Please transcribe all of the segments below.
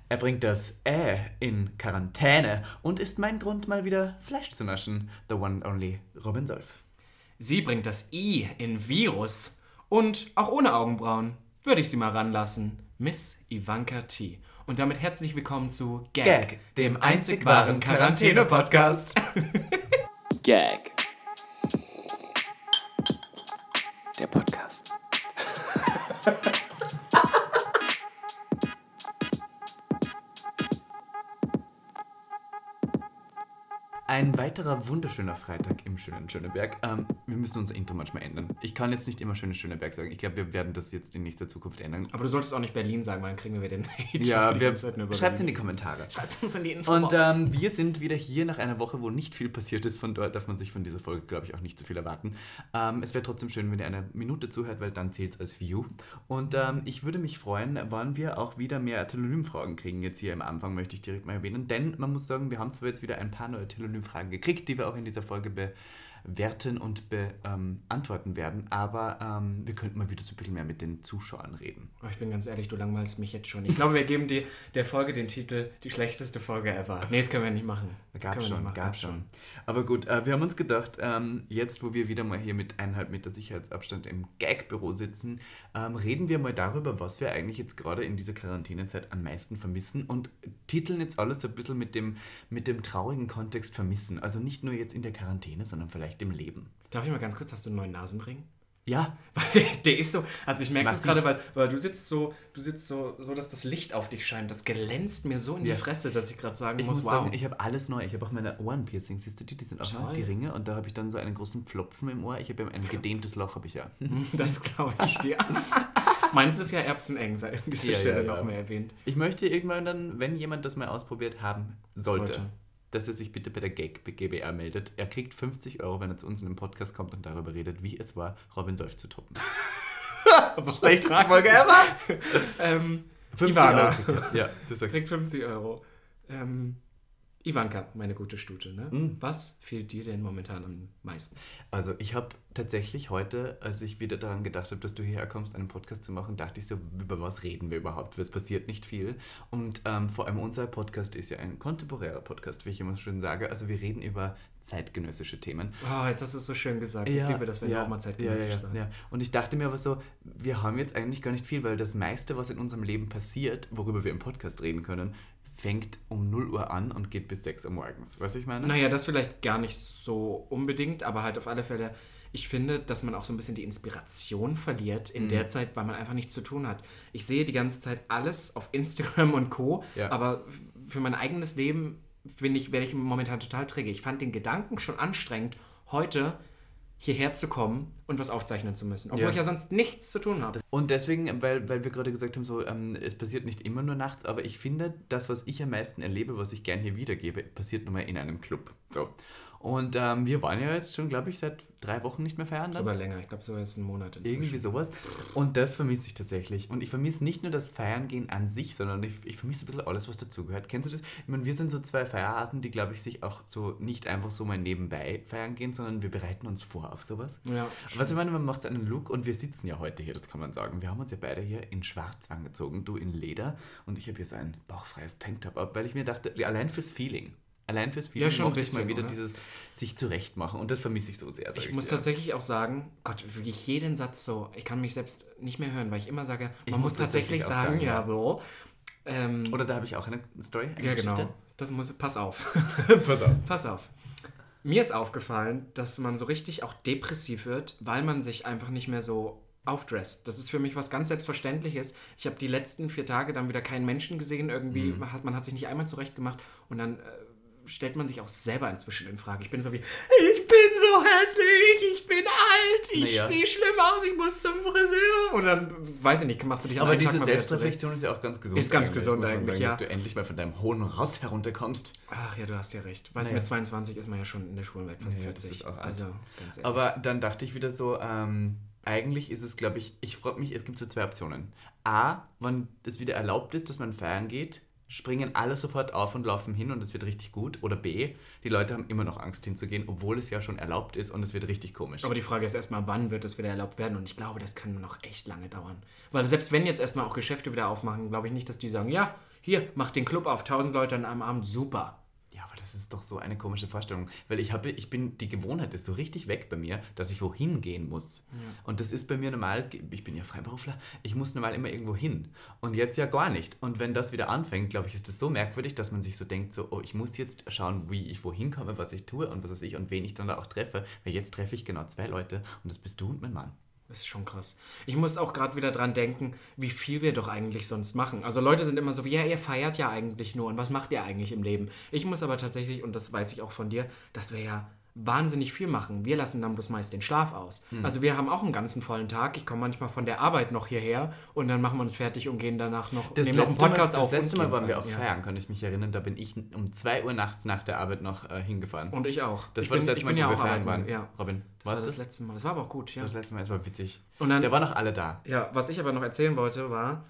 Er bringt das in Quarantäne und ist mein Grund, mal wieder Fleisch zu naschen. The one and only Robin Solf. Sie bringt das I in Virus. Und auch ohne Augenbrauen würde ich sie mal ranlassen. Miss Ivanka T. Und damit herzlich willkommen zu Gag, dem einzig wahren Quarantäne-Podcast. Gag. Der Podcast. Ein weiterer wunderschöner Freitag im schönen Schöneberg. Wir müssen unser Intro manchmal ändern. Ich kann jetzt nicht immer schönes Schöneberg sagen. Ich glaube, wir werden das jetzt in nächster Zukunft ändern. Aber du solltest auch nicht Berlin sagen, weil dann kriegen wir wieder den Hate. Ja, schreibt es in die Kommentare. Schreibt uns in die Infobox. Und wir sind wieder hier nach einer Woche, wo nicht viel passiert ist. Von dort darf man sich von dieser Folge, glaube ich, auch nicht zu viel erwarten. Es wäre trotzdem schön, wenn ihr eine Minute zuhört, weil dann zählt es als View. Und ich würde mich freuen, wann wir auch wieder mehr Telonym-Fragen kriegen. Jetzt hier am Anfang möchte ich direkt mal erwähnen. Denn man muss sagen, wir haben zwar jetzt wieder ein paar neue Telonym-Fragen gekriegt, die wir auch in dieser Folge bewerten und beantworten werden, aber wir könnten mal wieder so ein bisschen mehr mit den Zuschauern reden. Oh, ich bin ganz ehrlich, du langweilst mich jetzt schon. Ich glaube, wir geben der Folge den Titel die schlechteste Folge ever. Nee, das können wir nicht machen. Gab schon. Aber gut, wir haben uns gedacht, jetzt, wo wir wieder mal hier mit 1,5 Meter Sicherheitsabstand im Gag-Büro sitzen, reden wir mal darüber, was wir eigentlich jetzt gerade in dieser Quarantänezeit am meisten vermissen und titeln jetzt alles so ein bisschen mit dem traurigen Kontext vermissen. Also nicht nur jetzt in der Quarantäne, sondern vielleicht im Leben. Darf ich mal ganz kurz, hast du einen neuen Nasenring? Ja. Weil der ist so, also ich merke das gerade, weil du sitzt so, dass das Licht auf dich scheint. Das glänzt mir so in die Fresse, dass ich gerade sagen muss, wow. Sagen, ich habe alles neu. Ich habe auch meine Ohrenpiercings, siehst du die sind auch neu, die Ringe. Und da habe ich dann so einen großen Pflopfen im Ohr. Ich habe ja ein gedehntes Loch, habe ich ja. Das glaube ich dir. Meins ist ja erbseneng, sei an dieser Stelle noch mehr erwähnt. Ich möchte irgendwann dann, wenn jemand das mal ausprobiert haben sollte. Dass er sich bitte bei der Gag GbR meldet. Er kriegt 50 €, wenn er zu uns in den Podcast kommt und darüber redet, wie es war, Robin Solf zu toppen. Schlechteste Folge ever! 50 Ivana. €. Ja, du sagst. Kriegt 50 €. Ivanka, meine gute Stute, ne? Was fehlt dir denn momentan am meisten? Also ich habe tatsächlich heute, als ich wieder daran gedacht habe, dass du hierher kommst, einen Podcast zu machen, dachte ich so, über was reden wir überhaupt? Es passiert nicht viel. Und vor allem unser Podcast ist ja ein kontemporärer Podcast, wie ich immer schön sage. Also wir reden über zeitgenössische Themen. Oh, jetzt hast du es so schön gesagt. Ich liebe das, wenn du auch mal zeitgenössisch sagst. Ja. Und ich dachte mir aber so, wir haben jetzt eigentlich gar nicht viel, weil das meiste, was in unserem Leben passiert, worüber wir im Podcast reden können, fängt um 0 Uhr an und geht bis 6 Uhr morgens. Weißt du, ich meine? Naja, das vielleicht gar nicht so unbedingt, aber halt auf alle Fälle, ich finde, dass man auch so ein bisschen die Inspiration verliert in der Zeit, weil man einfach nichts zu tun hat. Ich sehe die ganze Zeit alles auf Instagram und Co., aber für mein eigenes Leben werde ich momentan total träge. Ich fand den Gedanken schon anstrengend, heute hierher zu kommen und was aufzeichnen zu müssen, obwohl ich ja sonst nichts zu tun habe. Und deswegen, weil wir gerade gesagt haben, so, es passiert nicht immer nur nachts, aber ich finde, das, was ich am meisten erlebe, was ich gern hier wiedergebe, passiert nun mal in einem Club. So. Und wir waren ja jetzt schon, glaube ich, seit 3 Wochen nicht mehr feiern. Sogar länger, ich glaube sogar jetzt einen Monat inzwischen. Irgendwie sowas. Und das vermisse ich tatsächlich. Und ich vermisse nicht nur das Feiern gehen an sich, sondern ich vermisse ein bisschen alles, was dazugehört. Kennst du das? Ich meine, wir sind so 2 Feierhasen, die, glaube ich, sich auch so nicht einfach so mal nebenbei feiern gehen, sondern wir bereiten uns vor auf sowas. Ja. Was ich meine, man macht so einen Look und wir sitzen ja heute hier, das kann man sagen. Wir haben uns ja beide hier in schwarz angezogen, du in Leder und ich habe hier so ein bauchfreies Tanktop ab, weil ich mir dachte, allein fürs Feeling mochte ich mal wieder dieses sich zurechtmachen und das vermisse ich so sehr. Ich muss tatsächlich auch sagen, Gott, wirklich jeden Satz so, ich kann mich selbst nicht mehr hören, weil ich immer sage, man muss tatsächlich sagen, ja, Bro. Oder da habe ich auch eine Story, eine Geschichte. Genau. Pass auf. Pass auf. Mir ist aufgefallen, dass man so richtig auch depressiv wird, weil man sich einfach nicht mehr so aufdresst. Das ist für mich was ganz Selbstverständliches. Ich habe die letzten 4 Tage dann wieder keinen Menschen gesehen. Irgendwie man hat sich nicht einmal zurechtgemacht und dann stellt man sich auch selber inzwischen in Frage. Ich bin so wie, ich bin so hässlich, ich bin alt, ich sehe schlimm aus, ich muss zum Friseur. Und dann, weiß ich nicht, machst du dich aber diese Selbstreflexion ist ja auch ganz gesund. Ist ganz gesund eigentlich, dass du endlich mal von deinem hohen Ross herunterkommst. Ach ja, du hast ja recht. Weißt du, mit 22 ist man ja schon in der Schwulenwelt fast 40. Das ist auch alt. Also, ganz ehrlich. Aber dann dachte ich wieder so, eigentlich ist es, glaube ich frage mich, es gibt so 2 Optionen. A, wann es wieder erlaubt ist, dass man feiern geht, springen alle sofort auf und laufen hin und es wird richtig gut. Oder B, die Leute haben immer noch Angst hinzugehen, obwohl es ja schon erlaubt ist und es wird richtig komisch. Aber die Frage ist erstmal, wann wird das wieder erlaubt werden? Und ich glaube, das kann noch echt lange dauern. Weil selbst wenn jetzt erstmal auch Geschäfte wieder aufmachen, glaube ich nicht, dass die sagen, ja, hier, mach den Club auf, 1000 Leute an einem Abend, super. Ja, aber das ist doch so eine komische Vorstellung. Weil die Gewohnheit ist so richtig weg bei mir, dass ich wohin gehen muss. Ja. Und das ist bei mir normal, ich bin ja Freiberufler, ich muss normal immer irgendwo hin. Und jetzt ja gar nicht. Und wenn das wieder anfängt, glaube ich, ist das so merkwürdig, dass man sich so denkt, so, oh, ich muss jetzt schauen, wie ich wohin komme, was ich tue und was weiß ich und wen ich dann da auch treffe. Weil jetzt treffe ich genau 2 Leute und das bist du und mein Mann. Das ist schon krass. Ich muss auch gerade wieder dran denken, wie viel wir doch eigentlich sonst machen. Also Leute sind immer so, ja, ihr feiert ja eigentlich nur und was macht ihr eigentlich im Leben? Ich muss aber tatsächlich, und das weiß ich auch von dir, dass wir ja wahnsinnig viel machen. Wir lassen dann bloß meist den Schlaf aus. Also wir haben auch einen ganzen vollen Tag. Ich komme manchmal von der Arbeit noch hierher und dann machen wir uns fertig und gehen danach noch einen Podcast auf. Das letzte Mal waren wir auch feiern, kann ich mich erinnern. Da bin ich um 2 Uhr nachts nach der Arbeit noch hingefahren. Und ich auch. Das war das letzte Mal, wo wir feiern waren. Ja. Robin, das war das letzte Mal. Das war aber auch gut, ja. Das war das letzte Mal, es war witzig. Und dann, da waren noch alle da. Ja, was ich aber noch erzählen wollte, war,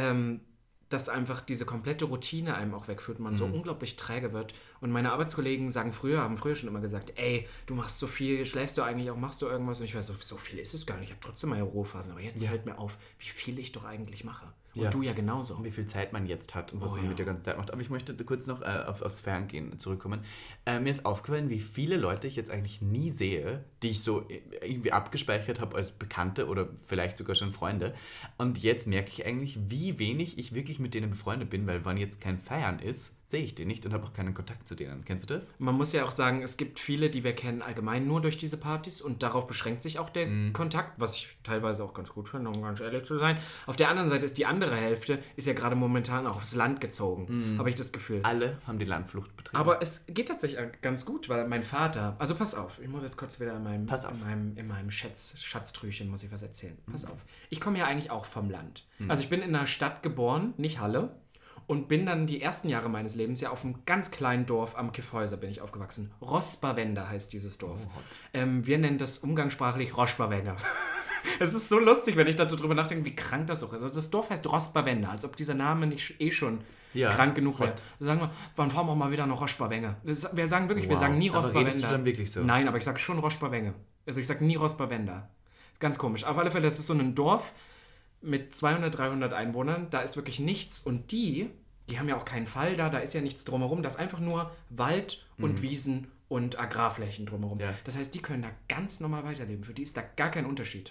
dass einfach diese komplette Routine einem auch wegführt und man so unglaublich träge wird. Und meine Arbeitskollegen haben früher schon immer gesagt, ey, du machst so viel, schläfst du eigentlich auch, machst du irgendwas? Und ich weiß, so viel ist es gar nicht, ich habe trotzdem meine Ruhephasen. Aber jetzt fällt mir auf, wie viel ich doch eigentlich mache. Und du ja genauso. Und wie viel Zeit man jetzt hat und was man mit der ganzen Zeit macht. Aber ich möchte kurz noch aufs Ferngehen zurückkommen. Mir ist aufgefallen, wie viele Leute ich jetzt eigentlich nie sehe, die ich so irgendwie abgespeichert habe als Bekannte oder vielleicht sogar schon Freunde. Und jetzt merke ich eigentlich, wie wenig ich wirklich mit denen befreundet bin, weil wenn jetzt kein Feiern ist, sehe ich die nicht und habe auch keinen Kontakt zu denen. Kennst du das? Man muss ja auch sagen, es gibt viele, die wir kennen allgemein nur durch diese Partys und darauf beschränkt sich auch der Kontakt, was ich teilweise auch ganz gut finde, um ganz ehrlich zu sein. Auf der anderen Seite ist die andere Hälfte, ist ja gerade momentan auch aufs Land gezogen, habe ich das Gefühl. Alle haben die Landflucht betrieben. Aber es geht tatsächlich ganz gut, weil mein Vater, also pass auf, ich muss jetzt kurz wieder in meinem Schatztrüchen muss ich was erzählen. Pass auf, ich komme ja eigentlich auch vom Land. Also ich bin in einer Stadt geboren, nicht Halle. Und bin dann die ersten Jahre meines Lebens ja auf einem ganz kleinen Dorf am Kiffhäuser bin ich aufgewachsen. Rosperwende heißt dieses Dorf. Wir nennen das umgangssprachlich Roschperwende. Es ist so lustig, wenn ich darüber nachdenke, wie krank das doch ist. Also das Dorf heißt Rosperwende, als ob dieser Name nicht schon krank genug wäre. Sagen wir, wann fahren wir mal wieder nach Roschperwende? Wir sagen wirklich, wir sagen nie Rosperwende. Aber redest du dann wirklich so? Nein, aber ich sage schon Roschperwende. Also ich sage nie Rosperwende. Ganz komisch. Auf alle Fälle, das ist so ein Dorf mit 200, 300 Einwohnern, da ist wirklich nichts und die haben ja auch keinen Fall da ist ja nichts drumherum, da ist einfach nur Wald und Wiesen und Agrarflächen drumherum. Ja. Das heißt, die können da ganz normal weiterleben, für die ist da gar kein Unterschied.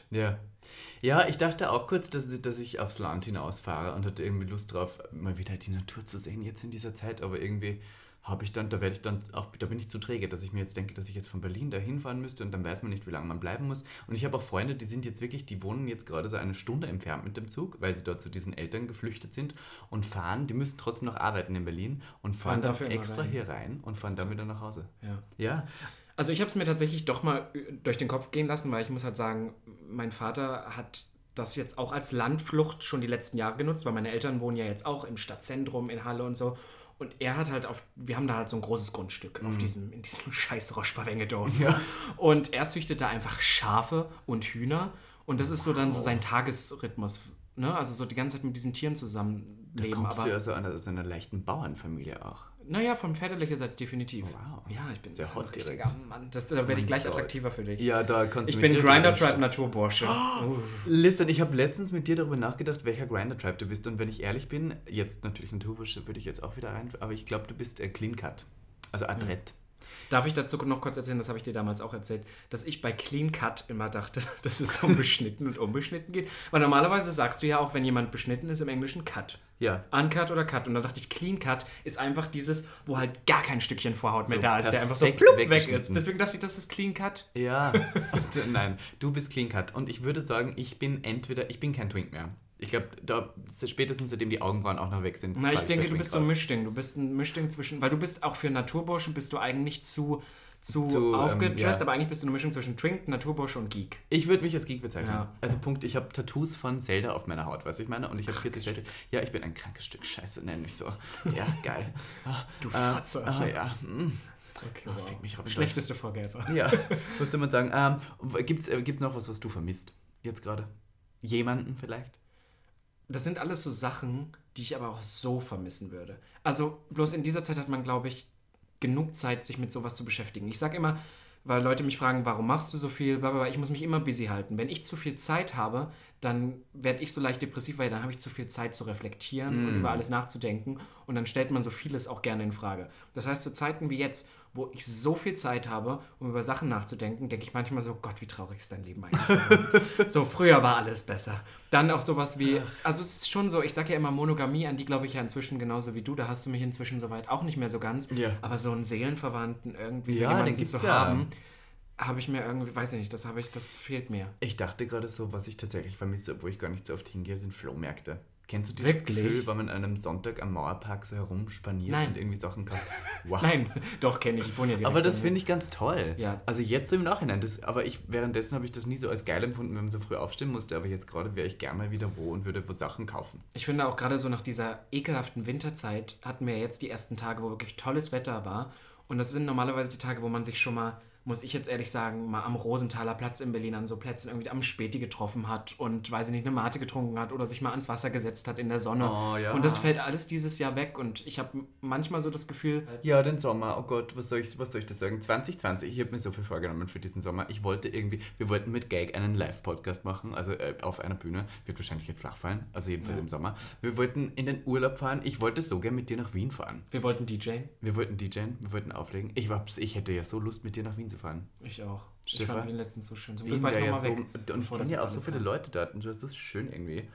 Ja, ich dachte auch kurz, dass ich aufs Land hinausfahre und hatte irgendwie Lust drauf, mal wieder die Natur zu sehen jetzt in dieser Zeit, aber irgendwie da bin ich zu träge, dass ich mir jetzt denke, dass ich jetzt von Berlin da hinfahren müsste und dann weiß man nicht, wie lange man bleiben muss. Und ich habe auch Freunde, die wohnen jetzt gerade so eine Stunde entfernt mit dem Zug, weil sie dort zu diesen Eltern geflüchtet sind und fahren, die müssen trotzdem noch arbeiten in Berlin und fahren dann extra hier rein und fahren dann wieder nach Hause. Ja. Also ich habe es mir tatsächlich doch mal durch den Kopf gehen lassen, weil ich muss halt sagen, mein Vater hat das jetzt auch als Landflucht schon die letzten Jahre genutzt, weil meine Eltern wohnen ja jetzt auch im Stadtzentrum in Halle und so. Und er hat halt wir haben da halt so ein großes Grundstück in diesem scheiß Roschperwenge-Dorf. Ja. Und er züchtet da einfach Schafe und Hühner. Und das ist so dann so sein Tagesrhythmus. Ne? Also so die ganze Zeit mit diesen Tieren zusammenleben. Da kommst du ja so aus einer leichten Bauernfamilie auch. Naja, vom väterlicherseits definitiv. Wow. Ja, ich bin sehr hot direkt. Mann. Da werde ich gleich attraktiver für dich. Ja, da kannst du Ich bin Grindr-Tribe Naturbursche. Listen, ich habe letztens mit dir darüber nachgedacht, welcher Grindr-Tribe du bist. Und wenn ich ehrlich bin, jetzt natürlich Naturbursche würde ich jetzt auch wieder rein, aber ich glaube, du bist Clean Cut. Also adrett. Darf ich dazu noch kurz erzählen, das habe ich dir damals auch erzählt, dass ich bei Clean Cut immer dachte, dass es um beschnitten und unbeschnitten geht. Weil normalerweise sagst du ja auch, wenn jemand beschnitten ist, im Englischen Cut. Ja. Uncut oder Cut. Und da dachte ich, Clean Cut ist einfach dieses, wo halt gar kein Stückchen Vorhaut mehr da ist, der einfach so plupp weg ist. Deswegen dachte ich, das ist Clean Cut. Ja. Nein, du bist Clean Cut. Und ich würde sagen, ich bin kein Twink mehr. Ich glaube, spätestens seitdem die Augenbrauen auch noch weg sind. Na, ich denke, du bist so ein Mischding. Du bist ein Mischding zwischen, weil du bist auch für Naturburschen bist du eigentlich zu aufgedresst, aber eigentlich bist du eine Mischung zwischen Twink, Naturbursche und Geek. Ich würde mich als Geek bezeichnen. Ja. Also Punkt, ich habe Tattoos von Zelda auf meiner Haut, weißt du, ich meine? Und ich habe 40 Zelda. Ja, ich bin ein krankes Stück Scheiße, nenn mich so. Ja, geil. Du Fotze. Ja. Okay, wow. Fick mich, schlechteste Folge ever. Ja, was soll man sagen? Gibt's noch was du vermisst? Jetzt gerade? Jemanden vielleicht? das sind alles so Sachen, die ich aber auch so vermissen würde. Also bloß in dieser Zeit hat man, glaube ich, genug Zeit, sich mit sowas zu beschäftigen. Ich sage immer, weil Leute mich fragen, warum machst du so viel, blablabla, ich muss mich immer busy halten. Wenn ich zu viel Zeit habe, dann werde ich so leicht depressiv, weil dann habe ich zu viel Zeit zu reflektieren und über alles nachzudenken und dann stellt man so vieles auch gerne in Frage. Das heißt, zu Zeiten wie jetzt, wo ich so viel Zeit habe, um über Sachen nachzudenken, denke ich manchmal so, Gott, wie traurig ist dein Leben eigentlich. So, früher war alles besser. Dann auch sowas wie, also es ist schon so, ich sage ja immer Monogamie, an die glaube ich ja inzwischen genauso wie du, da hast du mich inzwischen soweit auch nicht mehr so ganz, aber so einen Seelenverwandten irgendwie so jemanden zu haben, habe ich mir irgendwie, weiß ich nicht, das fehlt mir. Ich dachte gerade so, was ich tatsächlich vermisse, obwohl ich gar nicht so oft hingehe, sind Flohmärkte. Kennst du dieses Gefühl, wenn man an einem Sonntag am Mauerpark so herumspaniert und irgendwie Sachen kauft? Wow. Nein, doch, kenne ich. Ich wohne ja direkt. Aber das finde ich ganz toll. Ja. Also jetzt so im Nachhinein. Währenddessen habe ich das nie so als geil empfunden, wenn man so früh aufstehen musste. Aber jetzt gerade wäre ich gerne mal wieder wo und würde wo Sachen kaufen. Ich finde auch gerade so nach dieser ekelhaften Winterzeit hatten wir jetzt die ersten Tage, wo wirklich tolles Wetter war. Und das sind normalerweise die Tage, wo man sich schon mal, muss ich jetzt ehrlich sagen, mal am Rosenthaler Platz in Berlin an so Plätzen irgendwie am Späti getroffen hat und, weiß ich nicht, eine Mate getrunken hat oder sich mal ans Wasser gesetzt hat in der Sonne. Oh, ja. Und das fällt alles dieses Jahr weg und ich habe manchmal so das Gefühl... Ja, den Sommer, oh Gott, was soll ich das sagen? 2020, ich habe mir so viel vorgenommen für diesen Sommer. Wir wollten mit Gag einen Live-Podcast machen, also auf einer Bühne. Wird wahrscheinlich jetzt flach fallen, also jedenfalls im Sommer. Wir wollten in den Urlaub fahren. Ich wollte so gern mit dir nach Wien fahren. Wir wollten DJen, wir wollten auflegen. Ich hätte ja so Lust, mit dir nach Wien zu fahren. Ich auch. Stefan? Ich fand Wien letztens so schön. Zum Wien Glück war ich ja nochmal so, weg. und ich kenne ja auch so viele Leute dort und das ist schön irgendwie.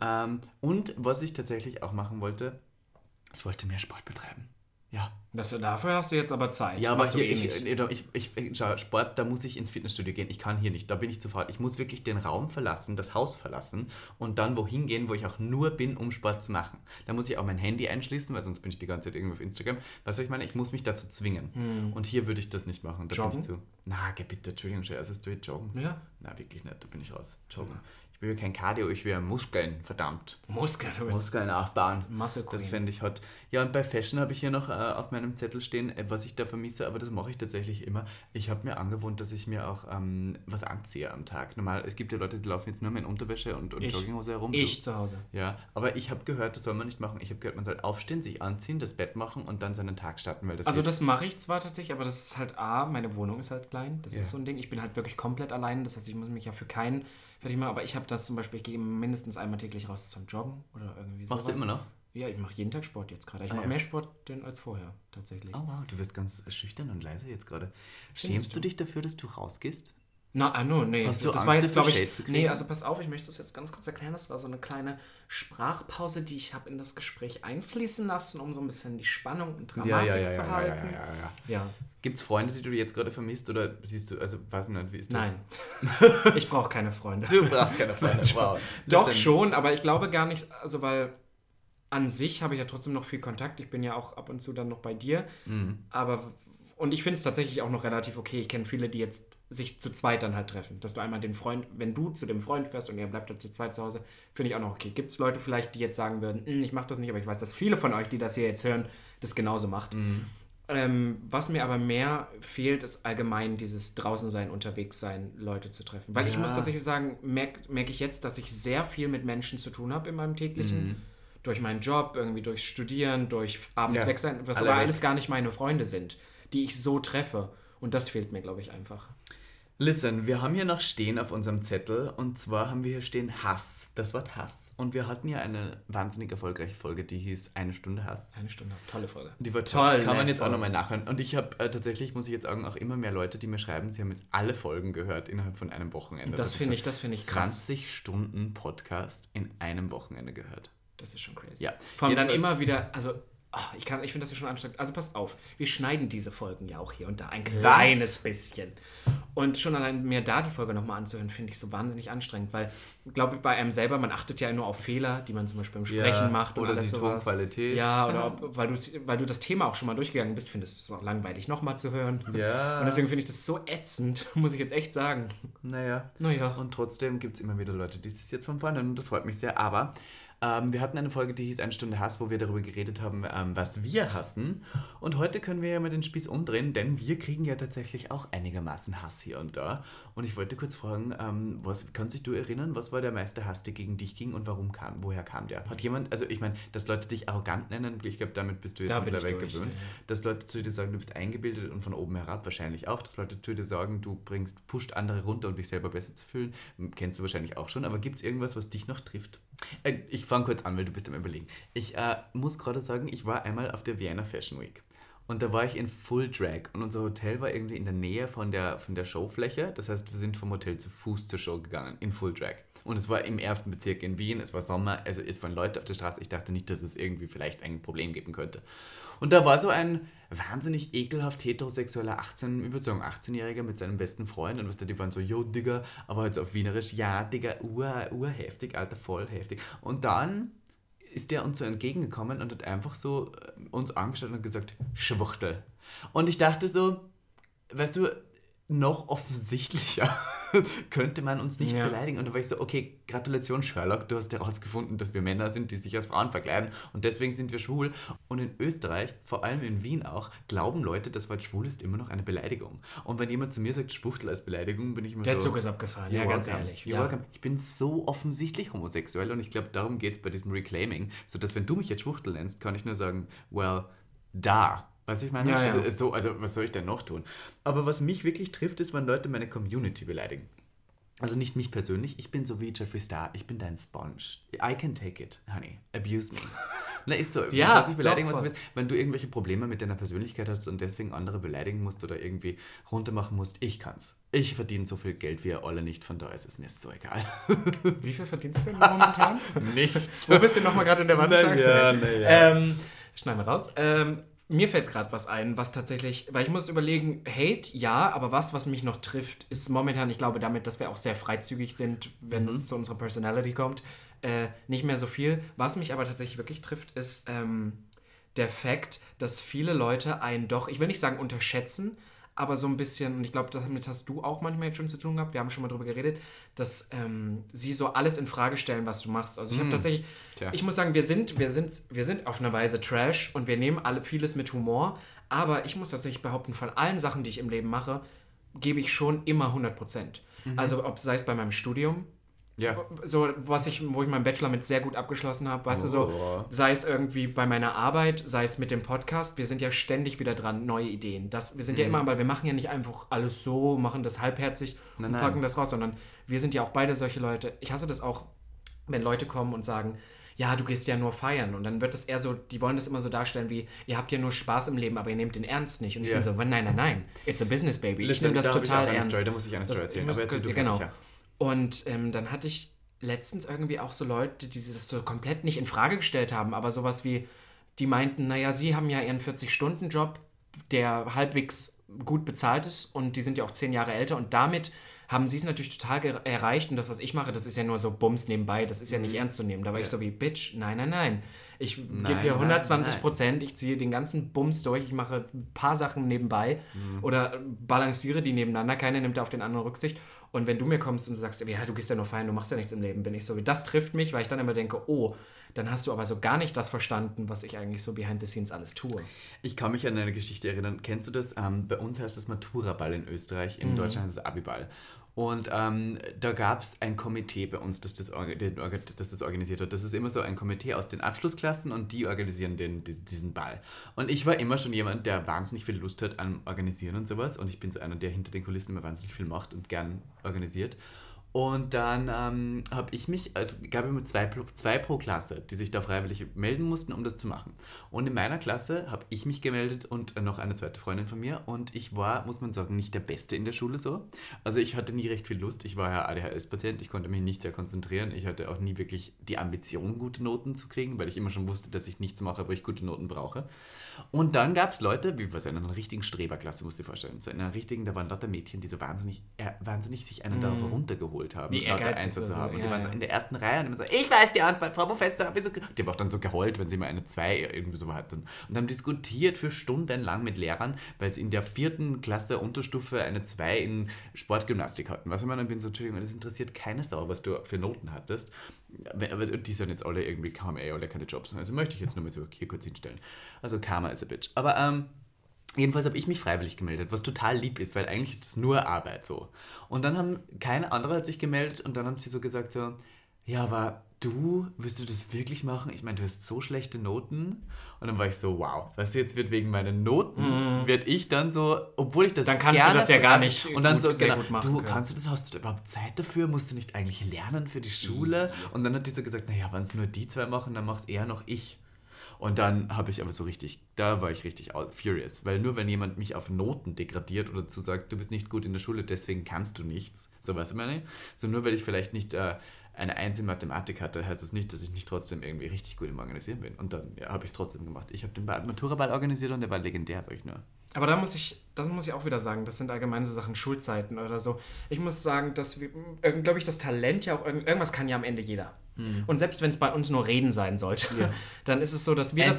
Und was ich tatsächlich auch machen wollte, ich wollte mehr Sport betreiben. Ja. Dafür hast du jetzt aber Zeit. Ja, aber hier, schau, Sport, da muss ich ins Fitnessstudio gehen. Ich kann hier nicht, da bin ich zu faul. Ich muss wirklich den Raum verlassen, das Haus verlassen und dann wohin gehen, wo ich auch nur bin, um Sport zu machen. Da muss ich auch mein Handy einschließen, weil sonst bin ich die ganze Zeit irgendwie auf Instagram. Weißt du, was ich meine? Ich muss mich dazu zwingen. Und hier würde ich das nicht machen. Da Joggen? bin ich zu. Na, geh bitte, Entschuldigung, also du jetzt joggen? Ja. Na, wirklich nicht, da bin ich raus. Joggen. Ich will kein Cardio, ich will Muskeln, verdammt. Muskeln aufbauen. Muscle Queen. Das fände ich hot. Ja, und bei Fashion habe ich hier noch auf meinem Zettel stehen, was ich da vermisse, aber das mache ich tatsächlich immer. Ich habe mir angewohnt, dass ich mir auch was anziehe am Tag. Normal, es gibt ja Leute, die laufen jetzt nur mehr in Unterwäsche und Jogginghose herum. Ich zu Hause. Ja, aber ich habe gehört, das soll man nicht machen. Ich habe gehört, man soll aufstehen, sich anziehen, das Bett machen und dann seinen Tag starten. Weil das mache ich zwar tatsächlich, aber das ist halt meine Wohnung ist halt klein. Das ist so ein Ding. Ich bin halt wirklich komplett allein. Das heißt, ich muss mich ja für keinen fertig machen. Aber ich habe das zum Beispiel, ich gehe mindestens einmal täglich raus zum Joggen oder irgendwie sowas. Machst du immer noch? Ja, ich mache jeden Tag Sport jetzt gerade. Ich mache mehr Sport denn als vorher, tatsächlich. Oh wow, du wirst ganz schüchtern und leise jetzt gerade. Schämst du dich dafür, dass du rausgehst? Nee. Hast du das Angst, war jetzt, glaube Shade ich. zu kriegen? Nee, also pass auf, ich möchte das jetzt ganz kurz erklären. Das war so eine kleine Sprachpause, die ich habe in das Gespräch einfließen lassen, um so ein bisschen die Spannung und Dramatik zu halten. Ja. Gibt es Freunde, die du jetzt gerade vermisst oder siehst du, also weiß nicht, wie ist das? Nein, ich brauche keine Freunde. Du brauchst keine Freunde, wow. Doch schon, aber ich glaube gar nicht, also weil an sich habe ich ja trotzdem noch viel Kontakt. Ich bin ja auch ab und zu dann noch bei dir, und ich finde es tatsächlich auch noch relativ okay. Ich kenne viele, die jetzt sich zu zweit dann halt treffen. Dass du einmal den Freund, wenn du zu dem Freund fährst und ihr bleibt da zu zweit zu Hause, finde ich auch noch okay. Gibt es Leute vielleicht, die jetzt sagen würden, ich mache das nicht, aber ich weiß, dass viele von euch, die das hier jetzt hören, das genauso macht. Was mir aber mehr fehlt, ist allgemein dieses Draußensein, Unterwegssein, Leute zu treffen. Weil ich muss tatsächlich sagen, merke ich jetzt, dass ich sehr viel mit Menschen zu tun habe in meinem täglichen. Durch meinen Job, irgendwie durchs Studieren, durch abends weg sein, was aber alles gar nicht meine Freunde sind, die ich so treffe. Und das fehlt mir, glaube ich, einfach. Listen, wir haben hier noch stehen auf unserem Zettel, und zwar haben wir hier stehen Hass, das Wort Hass. Und wir hatten ja eine wahnsinnig erfolgreiche Folge, die hieß 1 Stunde Hass. 1 Stunde Hass, tolle Folge. Die war toll, kann man jetzt auch nochmal nachhören. Und ich habe tatsächlich, muss ich jetzt sagen, auch immer mehr Leute, die mir schreiben, sie haben jetzt alle Folgen gehört innerhalb von einem Wochenende. Das finde ich krass. 20 Stunden Podcast in einem Wochenende gehört. Das ist schon crazy. Ja. Vor allem dann immer wieder, also ich finde das ja schon anstrengend. Also passt auf, wir schneiden diese Folgen ja auch hier und da ein kleines bisschen. Und schon allein mir da die Folge nochmal anzuhören, finde ich so wahnsinnig anstrengend, weil, glaube ich, bei einem selber, man achtet ja nur auf Fehler, die man zum Beispiel beim Sprechen macht. Oder alles die sowas. Tonqualität. Ja, oder weil du das Thema auch schon mal durchgegangen bist, findest du es auch langweilig, nochmal zu hören. Ja. Und deswegen finde ich das so ätzend, muss ich jetzt echt sagen. Naja. Naja. Und trotzdem gibt es immer wieder Leute, die es jetzt von vorne, und das freut mich sehr. Aber Wir hatten eine Folge, die hieß 1 Stunde Hass, wo wir darüber geredet haben, was wir hassen. Und heute können wir ja mal den Spieß umdrehen, denn wir kriegen ja tatsächlich auch einigermaßen Hass hier und da. Und ich wollte kurz fragen, kannst dich du erinnern, was war der meiste Hass, der gegen dich ging und woher kam der? Hat jemand, also ich meine, dass Leute dich arrogant nennen, ich glaube, damit bist du jetzt mittlerweile gewöhnt. Dass Leute zu dir sagen, du bist eingebildet und von oben herab wahrscheinlich auch. Dass Leute zu dir sagen, du pusht andere runter, um dich selber besser zu fühlen. Kennst du wahrscheinlich auch schon. Aber gibt es irgendwas, was dich noch trifft? Ich fange kurz an, weil du bist am Überlegen. Ich muss gerade sagen, ich war einmal auf der Vienna Fashion Week. Und da war ich in Full Drag. Und unser Hotel war irgendwie in der Nähe von der Showfläche. Das heißt, wir sind vom Hotel zu Fuß zur Show gegangen, in Full Drag. Und es war im 1. Bezirk in Wien, es war Sommer, also es waren Leute auf der Straße. Ich dachte nicht, dass es irgendwie vielleicht ein Problem geben könnte. Und da war so ein wahnsinnig ekelhaft heterosexueller 18-Jähriger mit seinem besten Freund. Und die waren so, yo, Digga, aber halt so auf Wienerisch, ja, Digga, urheftig, Alter, voll heftig. Und dann ist der uns so entgegengekommen und hat einfach so uns angeschaut und gesagt, Schwuchtel. Und ich dachte so, weißt du, noch offensichtlicher könnte man uns nicht beleidigen. Und da war ich so, okay, Gratulation Sherlock, du hast herausgefunden, dass wir Männer sind, die sich als Frauen verkleiden und deswegen sind wir schwul. Und in Österreich, vor allem in Wien auch, glauben Leute, das Wort schwul ist immer noch eine Beleidigung. Und wenn jemand zu mir sagt, Schwuchtel als Beleidigung, bin ich immer Der Zug ist abgefahren, ja, ganz ehrlich. Ich bin so offensichtlich homosexuell und ich glaube, darum geht es bei diesem Reclaiming, so dass wenn du mich jetzt Schwuchtel nennst, kann ich nur sagen, well, da. Weißt du, ich meine? Ja, ja. Also was soll ich denn noch tun? Aber was mich wirklich trifft, ist, wenn Leute meine Community beleidigen. Also nicht mich persönlich, ich bin so wie Jeffree Star, ich bin dein Sponge. I can take it, honey. Abuse me. Na, ist so. Ja, was ich beleidigen, was du willst. Wenn du irgendwelche Probleme mit deiner Persönlichkeit hast und deswegen andere beleidigen musst oder irgendwie runtermachen musst, ich kann's. Ich verdiene so viel Geld wie ihr alle nicht, von daher ist es mir so egal. Wie viel verdienst du denn momentan? Nichts. Wo bist du nochmal gerade in der Wand? Ja. Schneiden wir raus. Mir fällt gerade was ein, was tatsächlich, weil ich muss überlegen, Hate, ja, aber was mich noch trifft, ist momentan, ich glaube damit, dass wir auch sehr freizügig sind, wenn es zu unserer Personality kommt, nicht mehr so viel. Was mich aber tatsächlich wirklich trifft, ist der Fakt, dass viele Leute einen doch, ich will nicht sagen unterschätzen, aber so ein bisschen, und ich glaube, damit hast du auch manchmal jetzt schon zu tun gehabt, wir haben schon mal drüber geredet, dass sie so alles in Frage stellen, was du machst. Also ich habe tatsächlich, ich muss sagen, wir sind auf eine Weise Trash und wir nehmen vieles mit Humor, aber ich muss tatsächlich behaupten, von allen Sachen, die ich im Leben mache, gebe ich schon immer 100%. Also sei es bei meinem Studium, so wo ich meinen Bachelor mit sehr gut abgeschlossen habe, weißt du, so sei es irgendwie bei meiner Arbeit, sei es mit dem Podcast, wir sind ja ständig wieder dran, neue Ideen. Wir sind ja immer, weil wir machen ja nicht einfach alles so, machen das halbherzig und packen das raus, sondern wir sind ja auch beide solche Leute. Ich hasse das auch, wenn Leute kommen und sagen, ja, du gehst ja nur feiern. Und dann wird das eher so, die wollen das immer so darstellen wie, ihr habt ja nur Spaß im Leben, aber ihr nehmt den ernst nicht. Und ich bin so, nein, it's a business, baby. Ich nehme das total ernst. Da muss ich eine Story erzählen. Genau. Und dann hatte ich letztens irgendwie auch so Leute, die das so komplett nicht in Frage gestellt haben, aber sowas wie, die meinten, naja, sie haben ja ihren 40-Stunden-Job, der halbwegs gut bezahlt ist und die sind ja auch 10 Jahre älter und damit haben sie es natürlich total erreicht und das, was ich mache, das ist ja nur so Bums nebenbei, das ist ja nicht ernst zu nehmen. Da war ich so wie, Bitch, nein. Ich gebe hier 120%, ich ziehe den ganzen Bums durch, ich mache ein paar Sachen nebenbei oder balanciere die nebeneinander, keiner nimmt auf den anderen Rücksicht. Und wenn du mir kommst und sagst, ja, du gehst ja nur feiern, du machst ja nichts im Leben, bin ich so wie, das trifft mich, weil ich dann immer denke, oh, dann hast du aber so gar nicht das verstanden, was ich eigentlich so behind the scenes alles tue. Ich kann mich an eine Geschichte erinnern. Kennst du das? Bei uns heißt das Matura-Ball in Österreich, in Deutschland heißt es Abiball. Und da gab es ein Komitee bei uns, das organisiert hat. Das ist immer so ein Komitee aus den Abschlussklassen und die organisieren diesen Ball. Und ich war immer schon jemand, der wahnsinnig viel Lust hat an Organisieren und sowas. Und ich bin so einer, der hinter den Kulissen immer wahnsinnig viel macht und gern organisiert. Und dann habe ich mich, also gab immer zwei pro Klasse, die sich da freiwillig melden mussten, um das zu machen. Und in meiner Klasse habe ich mich gemeldet und noch eine zweite Freundin von mir. Und ich war, muss man sagen, nicht der Beste in der Schule so. Also ich hatte nie recht viel Lust. Ich war ja ADHS-Patient, ich konnte mich nicht sehr konzentrieren. Ich hatte auch nie wirklich die Ambition, gute Noten zu kriegen, weil ich immer schon wusste, dass ich nichts mache, wo ich gute Noten brauche. Und dann gab es Leute, wie was in einer richtigen Streberklasse, musst du dir vorstellen. So in einer richtigen, da waren lauter Mädchen, die so wahnsinnig sich einen darauf runtergeholt geholt haben, Wie lauter ehrgeizig Einser zu so, haben. Und ja, die waren ja. so in der ersten Reihe und immer so, ich weiß die Antwort, Frau Professor. Wieso? Die haben auch dann so geheult, wenn sie mal eine 2 irgendwie so hatten. Und haben diskutiert für stundenlang mit Lehrern, weil sie in der 4. Klasse Unterstufe eine 2 in Sportgymnastik hatten. Was ich meine, dann bin so, Entschuldigung, das interessiert keine Sau, was du für Noten hattest. Aber die sind jetzt alle irgendwie, kaum alle keine Jobs. Also möchte ich jetzt nur mal so hier kurz hinstellen. Also Karma is a bitch. Aber jedenfalls habe ich mich freiwillig gemeldet, was total lieb ist, weil eigentlich ist das nur Arbeit so. Und dann haben keine andere hat sich gemeldet und dann haben sie so gesagt so, ja, aber willst du das wirklich machen? Ich meine, du hast so schlechte Noten. Und dann war ich so, wow, weißt du, jetzt wird wegen meinen Noten, wird ich dann so, obwohl ich das dann kannst gerne du das ja gar nicht und dann gut, so, sehr genau, gut machen du können. kannst du das, hast du da überhaupt Zeit dafür? Musst du nicht eigentlich lernen für die Schule? Und dann hat die so gesagt, naja, wenn es nur die 2 machen, dann mach's eher noch ich. Und dann habe ich aber so richtig, da war ich richtig furious, weil nur wenn jemand mich auf Noten degradiert oder zu sagt, du bist nicht gut in der Schule, deswegen kannst du nichts, so weißt du meine? So nur weil ich vielleicht nicht eine 1 in Mathematik hatte, heißt das nicht, dass ich nicht trotzdem irgendwie richtig gut im Organisieren bin. Und dann habe ich es trotzdem gemacht. Ich habe den Maturaball organisiert und der war legendär, sag ich nur. Aber das muss ich auch wieder sagen, das sind allgemein so Sachen, Schulzeiten oder so. Ich muss sagen, dass glaube ich, das Talent ja auch, irgendwas kann ja am Ende jeder. Und selbst wenn es bei uns nur Reden sein sollte, dann ist es so, dass wir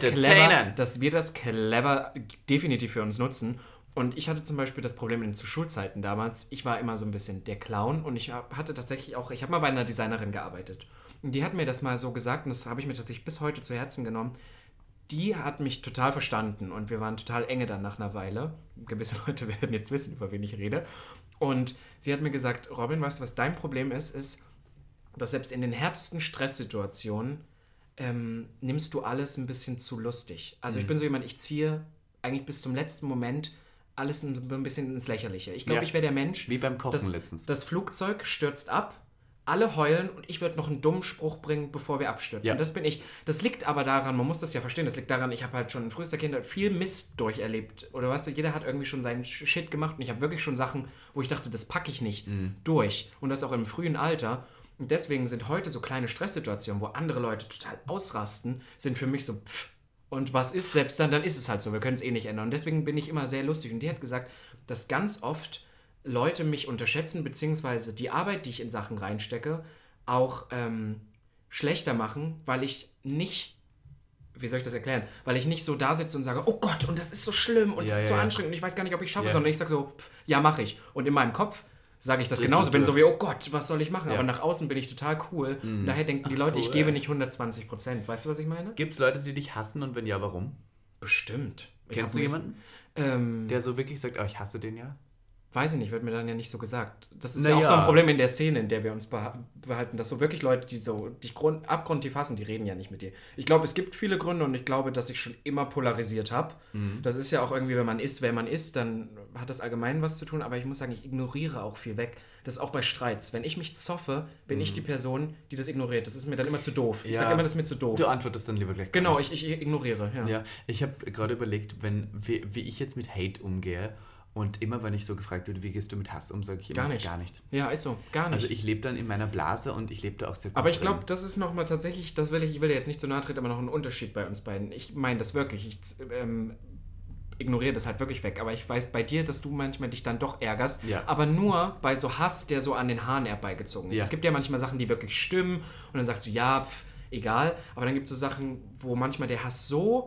das clever definitiv für uns nutzen. Und ich hatte zum Beispiel das Problem zu Schulzeiten damals, ich war immer so ein bisschen der Clown und ich hatte tatsächlich auch, ich habe mal bei einer Designerin gearbeitet. Und die hat mir das mal so gesagt und das habe ich mir tatsächlich bis heute zu Herzen genommen. Die hat mich total verstanden und wir waren total enge dann nach einer Weile. Gewisse Leute werden jetzt wissen, über wen ich rede. Und sie hat mir gesagt, Robin, weißt du, was dein Problem ist, dass selbst in den härtesten Stresssituationen nimmst du alles ein bisschen zu lustig. Also ich bin so jemand, ich ziehe eigentlich bis zum letzten Moment alles ein bisschen ins Lächerliche. Ich glaube, ich wäre der Mensch, wie beim Kochen letztens. Das Flugzeug stürzt ab, alle heulen und ich würde noch einen dummen Spruch bringen, bevor wir abstürzen. Ja. Das bin ich. Das liegt aber daran, man muss das ja verstehen, das liegt daran, ich habe halt schon in frühester Kindheit viel Mist durcherlebt. Oder weißt du, jeder hat irgendwie schon seinen Shit gemacht und ich habe wirklich schon Sachen, wo ich dachte, das packe ich nicht durch. Und das auch im frühen Alter. Und deswegen sind heute so kleine Stresssituationen, wo andere Leute total ausrasten, sind für mich so pff. Und was ist selbst dann ist es halt so, wir können es eh nicht ändern. Und deswegen bin ich immer sehr lustig. Und die hat gesagt, dass ganz oft Leute mich unterschätzen, beziehungsweise die Arbeit, die ich in Sachen reinstecke, auch schlechter machen, weil ich nicht, wie soll ich das erklären, weil ich nicht so da sitze und sage, oh Gott, und das ist so schlimm und das ist so anstrengend und ich weiß gar nicht, ob ich schaffe, sondern ich sage so, ja, mache ich. Und in meinem Kopf sage ich das genauso, bin so wie, oh Gott, was soll ich machen? Ja. Aber nach außen bin ich total cool. Und daher denken die Leute, ich gebe nicht 120%. Weißt du, was ich meine? Gibt es Leute, die dich hassen und wenn ja, warum? Bestimmt. Kennst du jemanden, der so wirklich sagt, oh, ich hasse den ja? Weiß ich nicht, wird mir dann ja nicht so gesagt. Das ist ja auch so ein Problem in der Szene, in der wir uns behalten, dass so wirklich Leute, die so dich abgrundtief hassen, die reden ja nicht mit dir. Ich glaube, es gibt viele Gründe und ich glaube, dass ich schon immer polarisiert habe. Das ist ja auch irgendwie, wenn man ist, wer man ist, dann hat das allgemein was zu tun, aber ich muss sagen, ich ignoriere auch viel weg. Das ist auch bei Streits. Wenn ich mich zoffe, bin ich die Person, die das ignoriert. Das ist mir dann immer zu doof. Ich sage immer, das ist mir zu doof. Du antwortest dann lieber gleich. Genau, ich ignoriere. Ja, ich habe gerade überlegt, wie ich jetzt mit Hate umgehe. Und immer, wenn ich so gefragt werde, wie gehst du mit Hass um, sage ich immer, gar nicht. Ja, ist so, gar nicht. Also ich lebe dann in meiner Blase und ich lebe da auch sehr gut. Aber ich glaube, das ist nochmal tatsächlich, ich will dir jetzt nicht zu nahe treten, aber noch ein Unterschied bei uns beiden. Ich meine das wirklich, ich ignoriere das halt wirklich weg. Aber ich weiß bei dir, dass du manchmal dich dann doch ärgerst, aber nur bei so Hass, der so an den Haaren herbeigezogen ist. Es gibt ja manchmal Sachen, die wirklich stimmen und dann sagst du, ja, egal. Aber dann gibt es so Sachen, wo manchmal der Hass so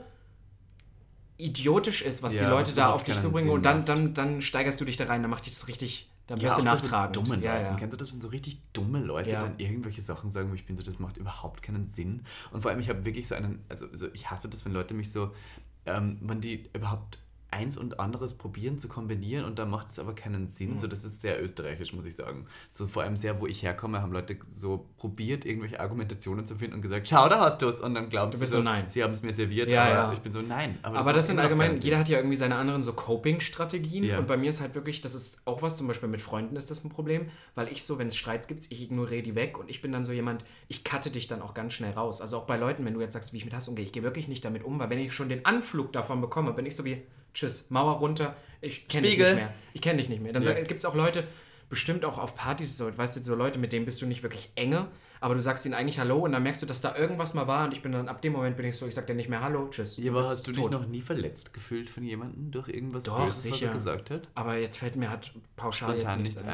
idiotisch ist, was die Leute da auf dich so bringen und dann steigerst du dich da rein, dann macht dich das richtig, dann wirst du nachtragend. So dumme Leute. Kennst du das, wenn so richtig dumme Leute dann irgendwelche Sachen sagen, wo ich bin so, das macht überhaupt keinen Sinn. Und vor allem, ich habe wirklich so ich hasse das, wenn Leute mich so, wenn die überhaupt eins und anderes probieren zu kombinieren und da macht es aber keinen Sinn. So, das ist sehr österreichisch, muss ich sagen. So vor allem sehr, wo ich herkomme, haben Leute so probiert, irgendwelche Argumentationen zu finden und gesagt, schau, da hast du es. Und dann glauben sie so, nein. Sie haben es mir serviert, aber ich bin so, nein. Aber das sind allgemein, jeder hat ja irgendwie seine anderen so Coping-Strategien und bei mir ist halt wirklich, das ist auch was, zum Beispiel mit Freunden ist das ein Problem, weil ich so, wenn es Streits gibt, ich ignoriere die weg und ich bin dann so jemand, ich cutte dich dann auch ganz schnell raus. Also auch bei Leuten, wenn du jetzt sagst, wie ich mit Hass umgehe, ich gehe wirklich nicht damit um, weil wenn ich schon den Anflug davon bekomme, bin ich so wie, tschüss, Mauer runter, ich kenne dich nicht mehr. Ich kenne dich nicht mehr. Dann gibt es auch Leute, bestimmt auch auf Partys, so, weißt du, so Leute, mit denen bist du nicht wirklich enge, aber du sagst ihnen eigentlich Hallo und dann merkst du, dass da irgendwas mal war und ich bin dann, ab dem Moment bin ich so, ich sag dir nicht mehr Hallo, tschüss. Ja, aber hast du dich noch nie verletzt gefühlt von jemandem durch irgendwas Doch, Böses, sicher. was er gesagt hat? Aber jetzt fällt mir halt pauschal spontan jetzt nichts ein.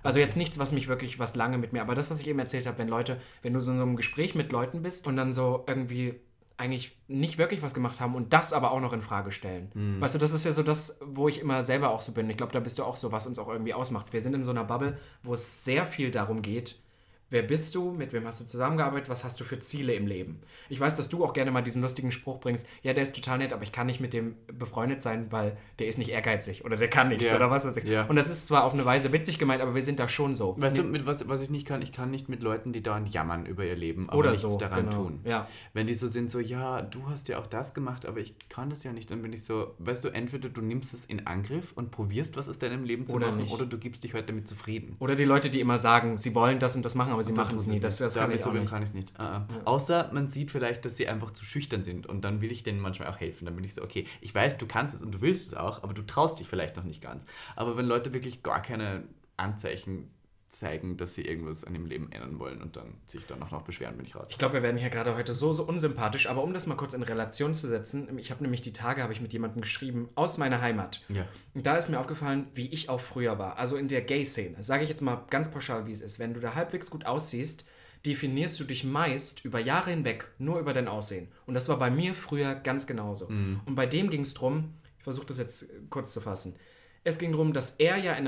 Also jetzt nichts, was lange mit mir, aber das, was ich eben erzählt habe, wenn du so in so einem Gespräch mit Leuten bist und dann so irgendwie eigentlich nicht wirklich was gemacht haben und das aber auch noch in Frage stellen. Weißt du, das ist ja so das, wo ich immer selber auch so bin. Ich glaube, da bist du auch so, was uns auch irgendwie ausmacht. Wir sind in so einer Bubble, wo es sehr viel darum geht, wer bist du, mit wem hast du zusammengearbeitet, was hast du für Ziele im Leben. Ich weiß, dass du auch gerne mal diesen lustigen Spruch bringst, ja, der ist total nett, aber ich kann nicht mit dem befreundet sein, weil der ist nicht ehrgeizig oder der kann nichts oder was weiß ich. Ja. Und das ist zwar auf eine Weise witzig gemeint, aber wir sind da schon so. Weißt du, mit was ich nicht kann? Ich kann nicht mit Leuten, die dauernd jammern über ihr Leben, aber oder nichts so, daran genau. tun. Ja. Wenn die so sind, so, ja, du hast ja auch das gemacht, aber ich kann das ja nicht, dann bin ich so, weißt du, entweder du nimmst es in Angriff und probierst, was aus deinem Leben zu oder machen, nicht. oder du gibst dich heute damit zufrieden. Oder die Leute, die immer sagen, sie wollen das und das machen, aber sie machen es nie. Das kann ich auch nicht. Kann ich nicht. Ja. Außer man sieht vielleicht, dass sie einfach zu schüchtern sind und dann will ich denen manchmal auch helfen. Dann bin ich so, okay, ich weiß, du kannst es und du willst es auch, aber du traust dich vielleicht noch nicht ganz. Aber wenn Leute wirklich gar keine Anzeichen zeigen, dass sie irgendwas an dem Leben ändern wollen und dann sich dann auch noch beschweren, bin ich raus. Ich glaube, wir werden hier gerade heute so unsympathisch, aber um das mal kurz in Relation zu setzen, ich habe nämlich die Tage mit jemandem geschrieben aus meiner Heimat. Ja. Und da ist mir aufgefallen, wie ich auch früher war. Also in der Gay-Szene, sage ich jetzt mal ganz pauschal, wie es ist. Wenn du da halbwegs gut aussiehst, definierst du dich meist über Jahre hinweg nur über dein Aussehen. Und das war bei mir früher ganz genauso. Und bei dem ging es darum, ich versuche das jetzt kurz zu fassen, es ging darum, dass er ja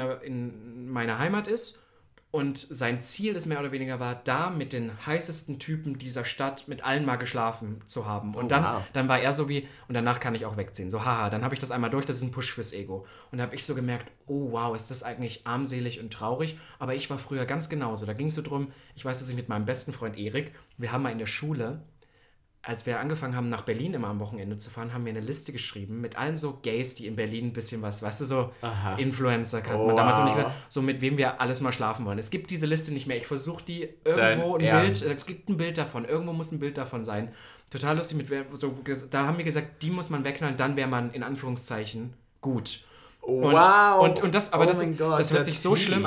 in meiner Heimat ist und sein Ziel ist mehr oder weniger war, da mit den heißesten Typen dieser Stadt mit allen mal geschlafen zu haben. Und dann war er so wie, und danach kann ich auch wegziehen. So, haha, dann habe ich das einmal durch, das ist ein Push fürs Ego. Und da habe ich so gemerkt, oh wow, ist das eigentlich armselig und traurig. Aber ich war früher ganz genauso. Da ging es so drum, ich weiß, dass ich mit meinem besten Freund Erik, wir haben mal in der Schule, als wir angefangen haben, nach Berlin immer am Wochenende zu fahren, haben wir eine Liste geschrieben mit allen so Gays, die in Berlin ein bisschen was, weißt du, so Influencer hat man damals noch nicht gesagt, so mit wem wir alles mal schlafen wollen. Es gibt diese Liste nicht mehr. Ich versuche die irgendwo es gibt ein Bild davon. Irgendwo muss ein Bild davon sein. Total lustig. Da haben wir gesagt, die muss man wegknallen, dann wäre man in Anführungszeichen gut. Und das hört sich so schlimm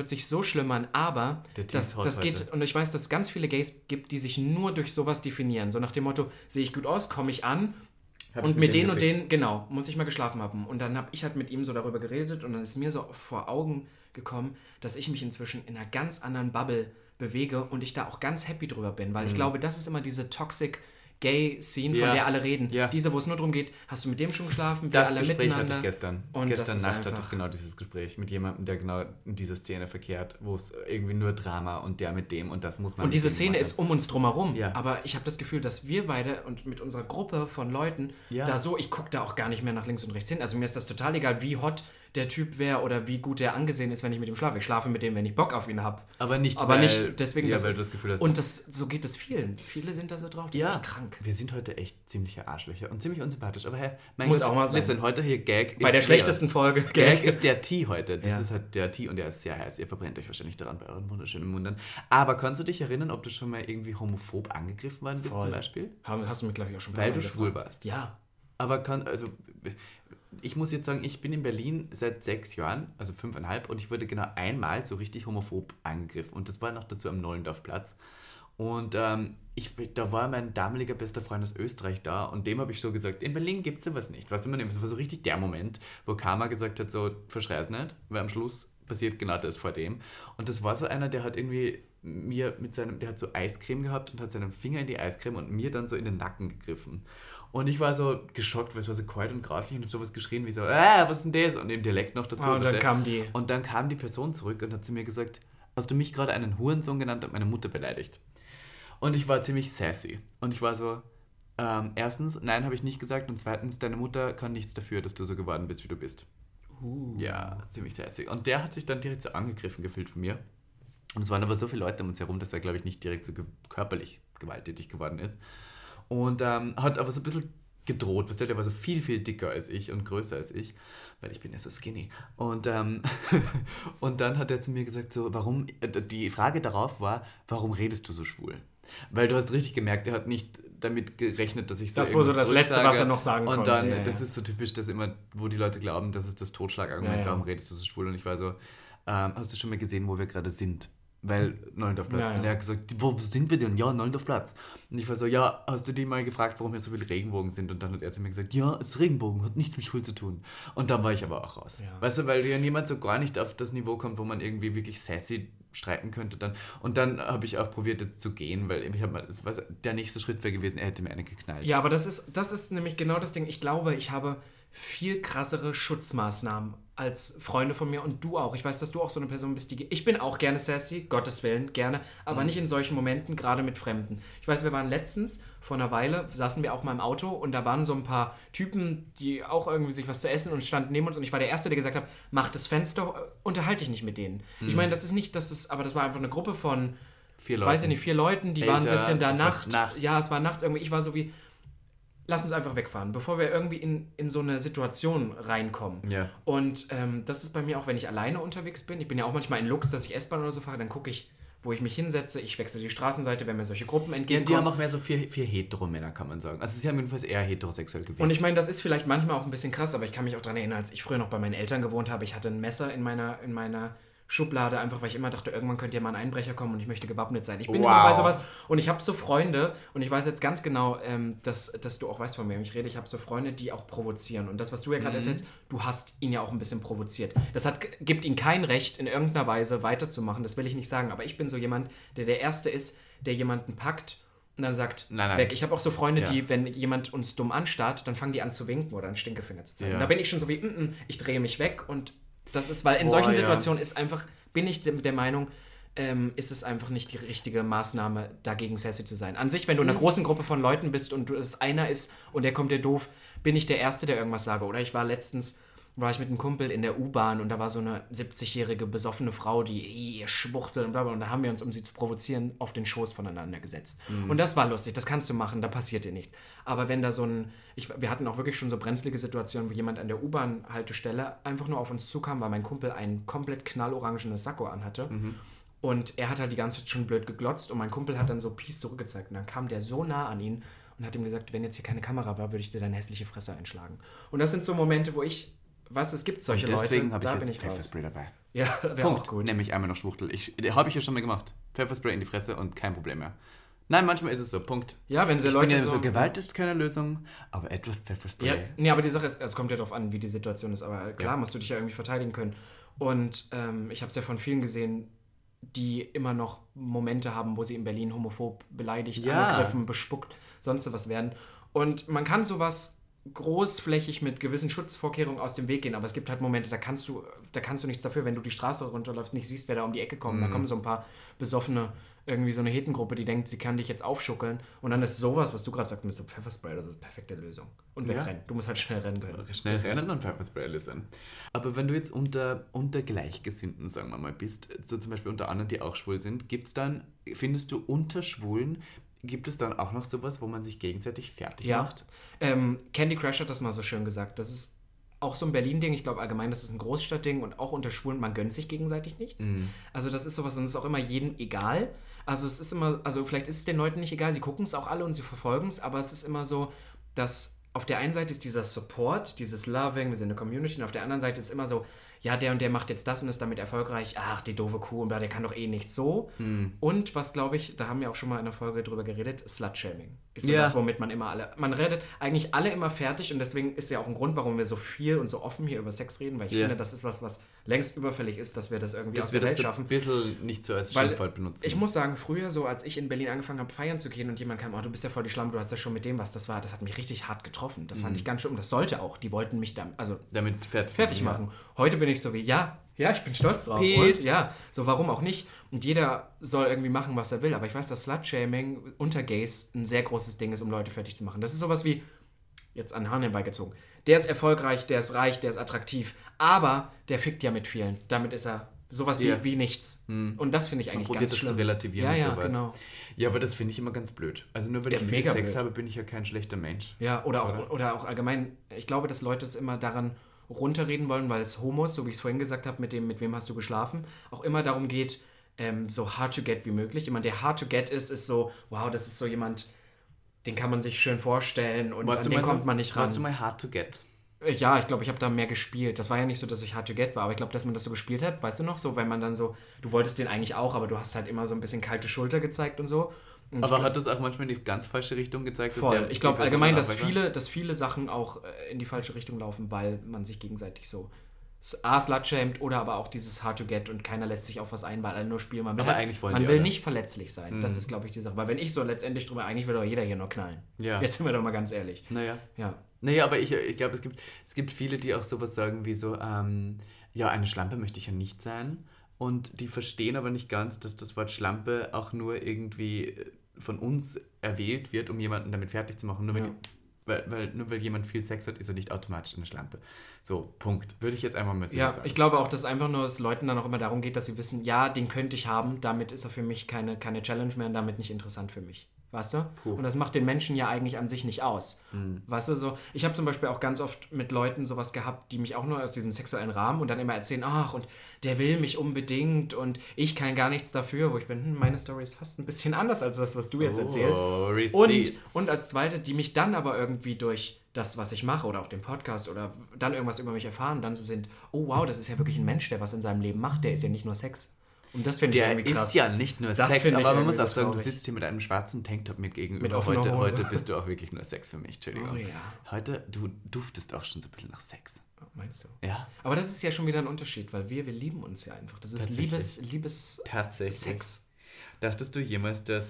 an, aber das geht, und ich weiß, dass es ganz viele Gays gibt, die sich nur durch sowas definieren, so nach dem Motto, sehe ich gut aus, komme ich an und mit denen und denen, genau, muss ich mal geschlafen haben. Und dann habe ich halt mit ihm so darüber geredet und dann ist mir so vor Augen gekommen, dass ich mich inzwischen in einer ganz anderen Bubble bewege und ich da auch ganz happy drüber bin, weil ich glaube, das ist immer diese toxic Gay-Scene, von der alle reden. Ja. Diese, wo es nur darum geht, hast du mit dem schon geschlafen? Wir alle Gespräch hatte ich gestern. Und gestern Nacht hatte ich genau dieses Gespräch mit jemandem, der genau in dieser Szene verkehrt, wo es irgendwie nur Drama und der mit dem und das muss man... Und diese Szene ist um uns drumherum. Ja. Aber ich habe das Gefühl, dass wir beide und mit unserer Gruppe von Leuten ich gucke da auch gar nicht mehr nach links und rechts hin. Also mir ist das total egal, wie hot der Typ wäre oder wie gut der angesehen ist, wenn ich mit ihm schlafe. Ich schlafe mit dem, wenn ich Bock auf ihn habe. Aber nicht, deswegen, weil du das Gefühl hast. Und so geht es vielen. Viele sind da so drauf. Das ist echt krank. Wir sind heute echt ziemliche Arschlöcher und ziemlich unsympathisch. Aber muss auch mal sein. Listen, heute hier Gag bei der schlechtesten Folge. Gag ist der Tee heute. Das ist halt der Tee und der ist sehr heiß. Ihr verbrennt euch wahrscheinlich daran bei euren wunderschönen Mundern. Aber kannst du dich erinnern, ob du schon mal irgendwie homophob angegriffen worden bist zum Beispiel? Hast du mich, glaube ich, auch schon weil du schwul warst. Ja. Aber ich muss jetzt sagen, ich bin in Berlin seit 6 Jahren, also 5,5, und ich wurde genau einmal so richtig homophob angegriffen. Und das war noch dazu am Nollendorfplatz. Und da war mein damaliger bester Freund aus Österreich da und dem habe ich so gesagt, in Berlin gibt es sowas nicht. Weißt du, das war so richtig der Moment, wo Karma gesagt hat, so, verschrei's nicht, weil am Schluss passiert genau das vor dem. Und das war so einer, der hat irgendwie der hat so Eiscreme gehabt und hat seinen Finger in die Eiscreme und mir dann so in den Nacken gegriffen. Und ich war so geschockt, weil es war so kalt und grauslich und habe sowas geschrien wie so, was ist denn das? Und im Dialekt noch dazu. Und dann kam die Person zurück und hat zu mir gesagt, hast du mich gerade einen Hurensohn genannt und meine Mutter beleidigt? Und ich war ziemlich sassy. Und ich war so, erstens, nein, habe ich nicht gesagt. Und zweitens, deine Mutter kann nichts dafür, dass du so geworden bist, wie du bist. Ja, ziemlich sassy. Und der hat sich dann direkt so angegriffen gefühlt von mir. Und es waren aber so viele Leute um uns herum, dass er, glaube ich, nicht direkt so körperlich gewalttätig geworden ist. Und hat aber so ein bisschen gedroht, weißt du, der war so viel, viel dicker als ich und größer als ich, weil ich bin ja so skinny. Und und dann hat er zu mir gesagt, so, die Frage darauf war, warum redest du so schwul? Weil du hast richtig gemerkt, er hat nicht damit gerechnet, dass ich so das war so das Letzte, was er noch sagen konnte. Und dann, das ist so typisch, dass immer, wo die Leute glauben, das ist das Totschlagargument, warum redest du so schwul? Und ich war so, hast du schon mal gesehen, wo wir gerade sind? weil Nollendorfplatz. Ja. Und er hat gesagt, wo sind wir denn? Ja, Nollendorfplatz. Und ich war so, ja, hast du die mal gefragt, warum hier so viele Regenbogen sind? Und dann hat er zu mir gesagt, ja, es ist Regenbogen, hat nichts mit Schule zu tun. Und dann war ich aber auch raus. Ja. Weißt du, weil ja niemand so gar nicht auf das Niveau kommt, wo man irgendwie wirklich sassy streiten könnte dann. Und dann habe ich auch probiert, jetzt zu gehen, weil der nächste Schritt wäre gewesen, er hätte mir eine geknallt. Ja, aber das ist nämlich genau das Ding. Ich glaube, ich habe viel krassere Schutzmaßnahmen als Freunde von mir und du auch. Ich weiß, dass du auch so eine Person bist, die... Ich bin auch gerne sassy, Gottes Willen, gerne, aber nicht in solchen Momenten, gerade mit Fremden. Ich weiß, wir waren letztens, vor einer Weile, saßen wir auch mal im Auto und da waren so ein paar Typen, die auch irgendwie sich was zu essen und standen neben uns und ich war der Erste, der gesagt hat, mach das Fenster, unterhalte dich nicht mit denen. Ich meine, das ist nicht, aber das war einfach eine Gruppe von, 4 Leute. weiß ich nicht, 4 Leuten, die Älter, waren ein bisschen da es war nachts. nachts. Ja, es war nachts irgendwie. Ich war so wie, lass uns einfach wegfahren, bevor wir irgendwie in so eine Situation reinkommen. Ja. Und das ist bei mir auch, wenn ich alleine unterwegs bin. Ich bin ja auch manchmal in Lux, dass ich S-Bahn oder so fahre, dann gucke ich, wo ich mich hinsetze. Ich wechsle die Straßenseite, wenn mir solche Gruppen Ja, entgegenkommen. die haben auch mehr so 4 Hetero-Männer, kann man sagen. Also sie haben jedenfalls eher heterosexuell gewählt. Und ich meine, das ist vielleicht manchmal auch ein bisschen krass, aber ich kann mich auch daran erinnern, als ich früher noch bei meinen Eltern gewohnt habe, ich hatte ein Messer in meiner Schublade, einfach weil ich immer dachte, irgendwann könnte ja mal ein Einbrecher kommen und ich möchte gewappnet sein. Ich bin immer bei sowas und ich habe so Freunde und ich weiß jetzt ganz genau, dass du auch weißt, von wem ich rede, ich habe so Freunde, die auch provozieren und das, was du ja gerade erzählst, du hast ihn ja auch ein bisschen provoziert. Das gibt ihm kein Recht, in irgendeiner Weise weiterzumachen, das will ich nicht sagen, aber ich bin so jemand, der Erste ist, der jemanden packt und dann sagt, Nein. weg. Ich habe auch so Freunde, Ja. die, wenn jemand uns dumm anstarrt, dann fangen die an zu winken oder einen Stinkefinger zu zeigen. Ja. Da bin ich schon so wie, ich drehe mich weg und das ist, weil in solchen Situationen bin ich der Meinung, ist es einfach nicht die richtige Maßnahme, dagegen sassy zu sein. An sich, wenn du in einer großen Gruppe von Leuten bist und es einer ist und der kommt dir doof, bin ich der Erste, der irgendwas sage. Oder ich war letztens mit einem Kumpel in der U-Bahn und da war so eine 70-jährige besoffene Frau, die schwuchtelt und bla bla. Und dann haben wir uns, um sie zu provozieren, auf den Schoß voneinander gesetzt. Und das war lustig, das kannst du machen, da passiert dir nichts. Aber wenn da wir hatten auch wirklich schon so brenzlige Situationen, wo jemand an der U-Bahn-Haltestelle einfach nur auf uns zukam, weil mein Kumpel ein komplett knallorangenes Sakko anhatte. Und er hat halt die ganze Zeit schon blöd geglotzt und mein Kumpel hat dann so Peace zurückgezeigt. Und dann kam der so nah an ihn und hat ihm gesagt, wenn jetzt hier keine Kamera war, würde ich dir deine hässliche Fresse einschlagen. Und das sind so Momente, wo es gibt solche Leute, deswegen habe da ich bin jetzt ich raus. Pfefferspray dabei. Ja, wäre Punkt. auch gut. Nämlich einmal noch Schwuchtel. Habe ich ja schon mal gemacht. Pfefferspray in die Fresse und kein Problem mehr. Nein, manchmal ist es so. Punkt. Ja, wenn sie Ich Leute bin ja so, Gewalt ist keine Lösung, aber etwas Pfefferspray. Ja, nee, aber die Sache ist, es kommt ja darauf an, wie die Situation ist, aber klar, musst du dich ja irgendwie verteidigen können. Und ich habe es ja von vielen gesehen, die immer noch Momente haben, wo sie in Berlin homophob beleidigt, angegriffen, bespuckt, sonst was werden. Und man kann sowas großflächig mit gewissen Schutzvorkehrungen aus dem Weg gehen, aber es gibt halt Momente, da kannst du nichts dafür, wenn du die Straße runterläufst, nicht siehst, wer da um die Ecke kommt. Da kommen so ein paar besoffene, irgendwie so eine Hetengruppe, die denkt, sie kann dich jetzt aufschuckeln und dann ist sowas, was du gerade sagst mit so Pfefferspray, das ist die perfekte Lösung. Und wegrennen. Du musst halt schnell rennen können. Schnell rennen und Pfefferspray listen. Aber wenn du jetzt unter Gleichgesinnten, sagen wir mal, bist, so zum Beispiel unter anderen, die auch schwul sind, findest du unter Schwulen, gibt es dann auch noch sowas, wo man sich gegenseitig fertig macht? Candy Crush hat das mal so schön gesagt. Das ist auch so ein Berlin-Ding. Ich glaube allgemein, das ist ein Großstadtding und auch unter Schwulen, man gönnt sich gegenseitig nichts. Also das ist sowas und es ist auch immer jedem egal. Also es ist immer, vielleicht ist es den Leuten nicht egal, sie gucken es auch alle und sie verfolgen es, aber es ist immer so, dass auf der einen Seite ist dieser Support, dieses Loving, wir sind eine Community und auf der anderen Seite ist immer so, ja, der und der macht jetzt das und ist damit erfolgreich, ach, die doofe Kuh, und der kann doch eh nicht so. Und was, glaube ich, da haben wir auch schon mal in einer Folge drüber geredet, Slut-Shaming. Ist so das, womit man redet eigentlich alle immer fertig und deswegen ist ja auch ein Grund, warum wir so viel und so offen hier über Sex reden, weil ich finde, das ist was längst überfällig ist, dass wir das irgendwie aus der Welt schaffen. Dass wir das ein bisschen nicht so als Schimpfwort benutzen. Ich muss sagen, früher so, als ich in Berlin angefangen habe, feiern zu gehen und jemand kam, du bist ja voll die Schlampe, du hast ja schon mit dem was, das hat mich richtig hart getroffen. Das fand ich ganz schlimm und das sollte auch. Die wollten mich damit fertig machen. Heute bin ich so wie, ja, ich bin stolz drauf. Peace. Und, ja, so warum auch nicht. Und jeder soll irgendwie machen, was er will. Aber ich weiß, dass Slut-Shaming unter Gays ein sehr großes Ding ist, um Leute fertig zu machen. Das ist sowas wie, jetzt an Hahn herbeigezogen, der ist erfolgreich, der ist reich, der ist attraktiv, aber der fickt ja mit vielen. Damit ist er sowas wie nichts. Und das finde ich eigentlich ganz schlimm. Das zu relativieren und sowas. Genau. Ja, aber das finde ich immer ganz blöd. Also nur weil ich viel Sex habe, bin ich ja kein schlechter Mensch. Ja, oder auch allgemein, ich glaube, dass Leute es immer daran runterreden wollen, weil es Homos, so wie ich es vorhin gesagt habe, mit wem hast du geschlafen, auch immer darum geht, so hard to get wie möglich. Jemand, der hard to get ist so, wow, das ist so jemand, den kann man sich schön vorstellen und an den kommt man nicht ran. Warst du mal hard to get? Ja, ich glaube, ich habe da mehr gespielt. Das war ja nicht so, dass ich Hard to Get war, aber ich glaube, dass man das so gespielt hat, weißt du noch, so, wenn man dann so, du wolltest den eigentlich auch, aber du hast halt immer so ein bisschen kalte Schulter gezeigt und so. Und aber hat das auch manchmal in die ganz falsche Richtung gezeigt? Voll. Ich glaube allgemein, dass viele Sachen auch in die falsche Richtung laufen, weil man sich gegenseitig so slutshamed oder aber auch dieses Hard to Get und keiner lässt sich auf was ein, weil alle nur spielen. Man will, man will nicht verletzlich sein. Das ist, glaube ich, die Sache. Weil wenn ich so letztendlich drüber, eigentlich will doch jeder hier nur knallen. Ja. Jetzt sind wir doch mal ganz ehrlich. Naja, aber ich glaube, es gibt viele, die auch sowas sagen wie so, ja, eine Schlampe möchte ich ja nicht sein. Und die verstehen aber nicht ganz, dass das Wort Schlampe auch nur irgendwie von uns erwählt wird, um jemanden damit fertig zu machen. Nur weil jemand viel Sex hat, ist er nicht automatisch eine Schlampe. So, Punkt. Würde ich jetzt einfach mal sagen. Ja, ich glaube auch, dass einfach nur es Leuten dann auch immer darum geht, dass sie wissen, ja, den könnte ich haben, damit ist er für mich keine Challenge mehr und damit nicht interessant für mich. Weißt du? Puh. Und das macht den Menschen ja eigentlich an sich nicht aus. Weißt du, so, ich habe zum Beispiel auch ganz oft mit Leuten sowas gehabt, die mich auch nur aus diesem sexuellen Rahmen und dann immer erzählen, ach, und der will mich unbedingt und ich kann gar nichts dafür, wo ich bin, meine Story ist fast ein bisschen anders als das, was du jetzt erzählst. Und als Zweite, die mich dann aber irgendwie durch das, was ich mache oder auch den Podcast oder dann irgendwas über mich erfahren, dann so sind, oh wow, das ist ja wirklich ein Mensch, der was in seinem Leben macht, der ist ja nicht nur Sex. Und das finde ich irgendwie krass. Der ist ja nicht nur Sex, aber man muss auch sagen, du sitzt hier mit einem schwarzen Tanktop mit gegenüber. Heute bist du auch wirklich nur Sex für mich, Entschuldigung. Oh, ja. Heute, du duftest auch schon so ein bisschen nach Sex. Meinst du? Ja. Aber das ist ja schon wieder ein Unterschied, weil wir lieben uns ja einfach. Das ist Liebes Sex. Dachtest du jemals, dass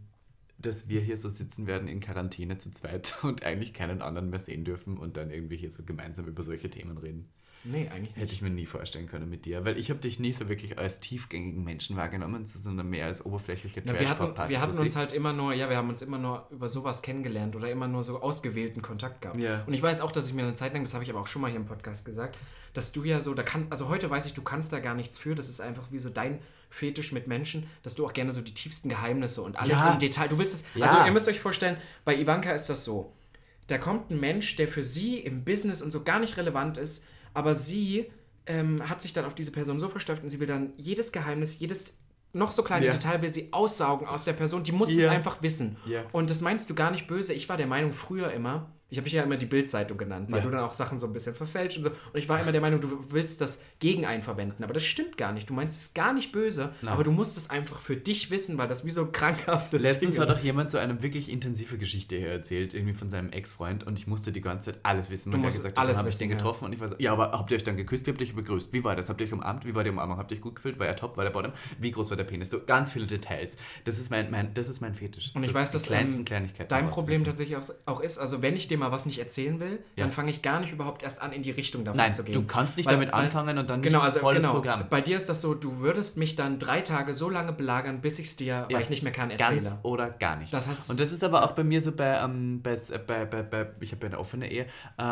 wir hier so sitzen werden in Quarantäne zu zweit und eigentlich keinen anderen mehr sehen dürfen und dann irgendwie hier so gemeinsam über solche Themen reden? Nee, eigentlich nicht. Hätte ich mir nie vorstellen können mit dir, weil ich habe dich nie so wirklich als tiefgängigen Menschen wahrgenommen, sondern mehr als oberflächliche Trash-Pop-Party. Wir hatten uns halt immer nur, wir haben uns immer nur über sowas kennengelernt oder immer nur so ausgewählten Kontakt gehabt. Ja. Und ich weiß auch, dass ich mir eine Zeit lang, das habe ich aber auch schon mal hier im Podcast gesagt, dass du ja so, also heute weiß ich, du kannst da gar nichts für, das ist einfach wie so dein Fetisch mit Menschen, dass du auch gerne so die tiefsten Geheimnisse und alles im Detail, du willst es, also ihr müsst euch vorstellen, bei Ivanka ist das so, da kommt ein Mensch, der für sie im Business und so gar nicht relevant ist, aber sie hat sich dann auf diese Person so versteift und sie will dann jedes Geheimnis, jedes noch so kleine Detail will sie aussaugen aus der Person, die muss es einfach wissen. Und das meinst du gar nicht böse. Ich war der Meinung früher immer, ich habe dich ja immer die Bild-Zeitung genannt, weil du dann auch Sachen so ein bisschen verfälscht und so. Und ich war immer der Meinung, du willst das gegen einen verwenden. Aber das stimmt gar nicht. Du meinst es gar nicht böse, aber du musst es einfach für dich wissen, weil das wie so krankhaftes Letztens hat auch jemand so eine wirklich intensive Geschichte hier erzählt, irgendwie von seinem Ex-Freund und ich musste die ganze Zeit alles wissen. Und er gesagt hat, dann habe ich den getroffen und ich war so, ja, aber habt ihr euch dann geküsst? Wie habt ihr euch begrüßt? Wie war das? Habt ihr euch umarmt? Wie war die Umarmung? Habt ihr euch gut gefühlt? War er top? War der bottom? Wie groß war der Penis? So ganz viele Details. Das ist mein Fetisch. Und ich weiß, dass dein Problem tatsächlich auch ist, also wenn ich dir mal was nicht erzählen will, dann fange ich gar nicht überhaupt erst an, in die Richtung davon zu gehen. Du kannst nicht damit anfangen und dann nicht volles Programm. Bei dir ist das so, du würdest mich dann 3 Tage so lange belagern, bis ich es dir, weil ich nicht mehr kann, erzähle. Ganz oder gar nicht. Und das ist aber auch bei mir so bei ich habe ja eine offene Ehe,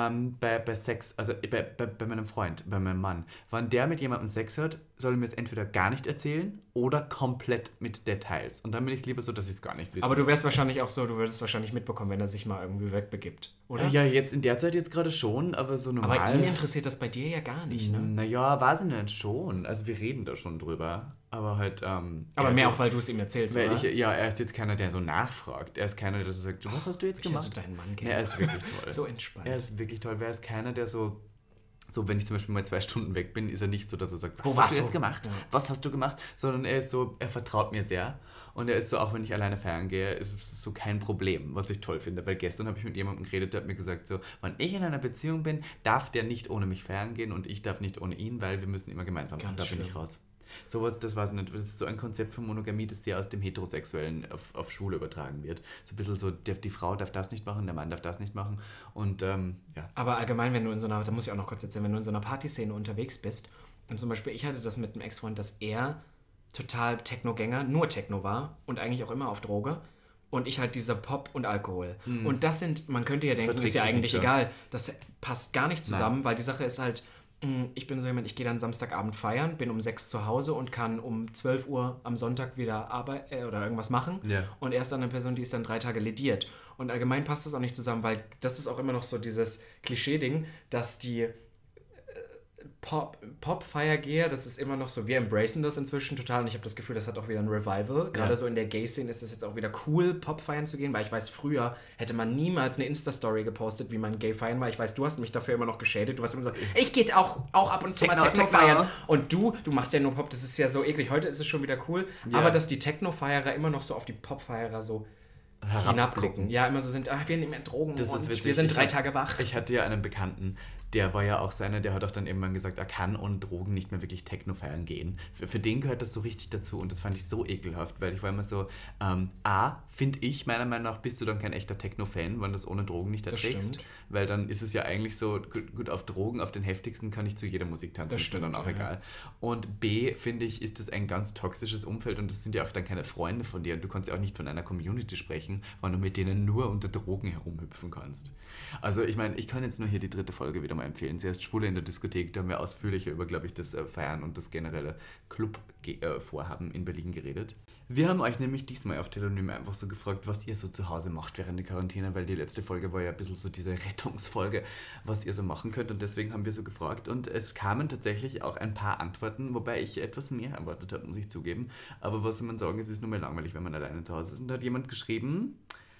bei Sex, also bei meinem Freund, bei meinem Mann. Wenn der mit jemandem Sex hat, soll er mir es entweder gar nicht erzählen oder komplett mit Details. Und dann bin ich lieber so, dass ich es gar nicht wisse. Aber du wärst wahrscheinlich auch so, du würdest wahrscheinlich mitbekommen, wenn er sich mal irgendwie wegbegibt, oder? Ja, jetzt in der Zeit jetzt gerade schon, aber so normal. Aber ihn interessiert das bei dir ja gar nicht, ne? Naja, weiß ich nicht, schon. Also wir reden da schon drüber, aber halt... aber mehr auch, weil du es ihm erzählst, oder? Er ist jetzt keiner, der so nachfragt. Er ist keiner, der so sagt, was hast du jetzt gemacht? Ich hätte deinen Mann gerne. Er ist wirklich toll. So entspannt. Er ist wirklich toll, weil er ist keiner, der so, wenn ich zum Beispiel mal 2 Stunden weg bin, ist er nicht so, dass er sagt, was hast du jetzt gemacht? Ja. Was hast du gemacht? Sondern er ist so, er vertraut mir sehr. Und er ist so, auch wenn ich alleine feiern gehe, ist es so kein Problem, was ich toll finde. Weil gestern habe ich mit jemandem geredet, der hat mir gesagt, so, wenn ich in einer Beziehung bin, darf der nicht ohne mich feiern gehen und ich darf nicht ohne ihn, weil wir müssen immer gemeinsam. Da bin ich raus. Sowas, das weiß ich nicht. Das ist so ein Konzept von Monogamie, das sehr aus dem Heterosexuellen auf Schwule übertragen wird. So ein bisschen so, die Frau darf das nicht machen, der Mann darf das nicht machen. Und ja. Aber allgemein, wenn du in so einer, da muss ich auch noch kurz erzählen, wenn du in so einer Partyszene unterwegs bist, und zum Beispiel, ich hatte das mit einem Ex-Freund, dass er total Techno-Gänger, nur Techno war und eigentlich auch immer auf Droge. Und ich halt dieser Pop und Alkohol. Und das sind, man könnte ja denken, ist ja eigentlich egal. Das passt gar nicht zusammen, weil die Sache ist halt, ich bin so jemand, ich gehe dann Samstagabend feiern, bin um 6 zu Hause und kann um 12 Uhr am Sonntag wieder arbeiten oder irgendwas machen. Yeah. Und er ist dann eine Person, die ist dann 3 Tage lediert. Und allgemein passt das auch nicht zusammen, weil das ist auch immer noch so dieses Klischee-Ding, dass die Pop-Feier-Geher, das ist immer noch so, wir embracen das inzwischen total und ich habe das Gefühl, das hat auch wieder ein Revival. Gerade so in der Gay-Szene ist es jetzt auch wieder cool, Pop-Feiern zu gehen, weil ich weiß, früher hätte man niemals eine Insta-Story gepostet, wie man Gay-Feiern war. Ich weiß, du hast mich dafür immer noch geschädet. Du hast immer so, ich gehe auch ab und zu mal Techno feiern. Und du machst ja nur Pop, das ist ja so eklig. Heute ist es schon wieder cool, aber dass die Techno-Feierer immer noch so auf die Pop-Feierer so hinabblicken. Ja, immer so sind, wir nehmen mehr Drogen und wir sind 3 Tage wach. Ich hatte ja einen Bekannten, der war ja auch so einer, der hat auch dann irgendwann gesagt, er kann ohne Drogen nicht mehr wirklich Techno feiern gehen. Für den gehört das so richtig dazu und das fand ich so ekelhaft, weil ich war immer so, finde ich, meiner Meinung nach bist du dann kein echter Techno-Fan, wenn du das ohne Drogen nicht erträgst, weil dann ist es ja eigentlich so, gut auf Drogen, auf den heftigsten kann ich zu jeder Musik tanzen, das ist mir dann auch egal. Und B, finde ich, ist das ein ganz toxisches Umfeld und das sind ja auch dann keine Freunde von dir und du kannst ja auch nicht von einer Community sprechen, weil du mit denen nur unter Drogen herumhüpfen kannst. Also ich meine, ich kann jetzt nur hier die 3. Folge wieder mal empfehlen. Sie heißt Schwule in der Diskothek, da haben wir ausführlicher über, glaube ich, das Feiern und das generelle Club-Vorhaben in Berlin geredet. Wir haben euch nämlich diesmal auf Telonym einfach so gefragt, was ihr so zu Hause macht während der Quarantäne, weil die letzte Folge war ja ein bisschen so diese Rettungsfolge, was ihr so machen könnt und deswegen haben wir so gefragt und es kamen tatsächlich auch ein paar Antworten, wobei ich etwas mehr erwartet habe, muss ich zugeben. Aber was soll man sagen, es ist nur mehr langweilig, wenn man alleine zu Hause ist. Und da hat jemand geschrieben,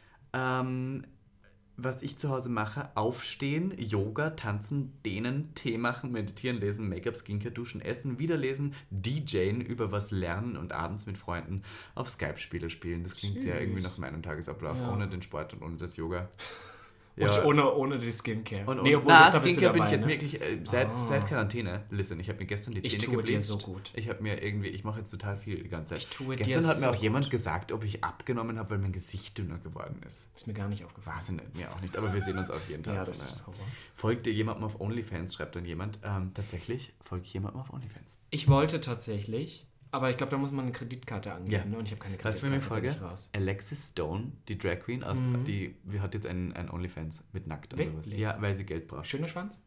was ich zu Hause mache, aufstehen, Yoga, tanzen, dehnen, Tee machen, meditieren, lesen, Make-up, Skincare, duschen, essen, wieder lesen, DJen, über was lernen und abends mit Freunden auf Skype-Spiele spielen. Das klingt sehr irgendwie nach meinem Tagesablauf, ohne den Sport und ohne das Yoga. Ja. Ohne die Skincare. Skincare bin ich jetzt wirklich seit Quarantäne. Listen, ich habe mir gestern die Zähne gebleicht. Dir so gut. Ich mache jetzt total viel die ganze Zeit. Gestern hat mir auch jemand gesagt, ob ich abgenommen habe, weil mein Gesicht dünner geworden ist. Ist mir gar nicht aufgefallen. Wahnsinn, mir auch nicht, aber wir sehen uns auch jeden Tag. Ja, das ist Horror. Folgt ihr jemandem auf OnlyFans, schreibt dann jemand. Tatsächlich folge ich jemandem auf OnlyFans. Ich wollte tatsächlich... Aber ich glaube, da muss man eine Kreditkarte angeben, ne? Und ich habe keine Kreditkarte. Weißt du, wer mir folge? Alexis Stone, die Drag Queen, die hat jetzt ein OnlyFans mit nackt und sowas. Ja, weil sie Geld braucht. Schöner Schwanz?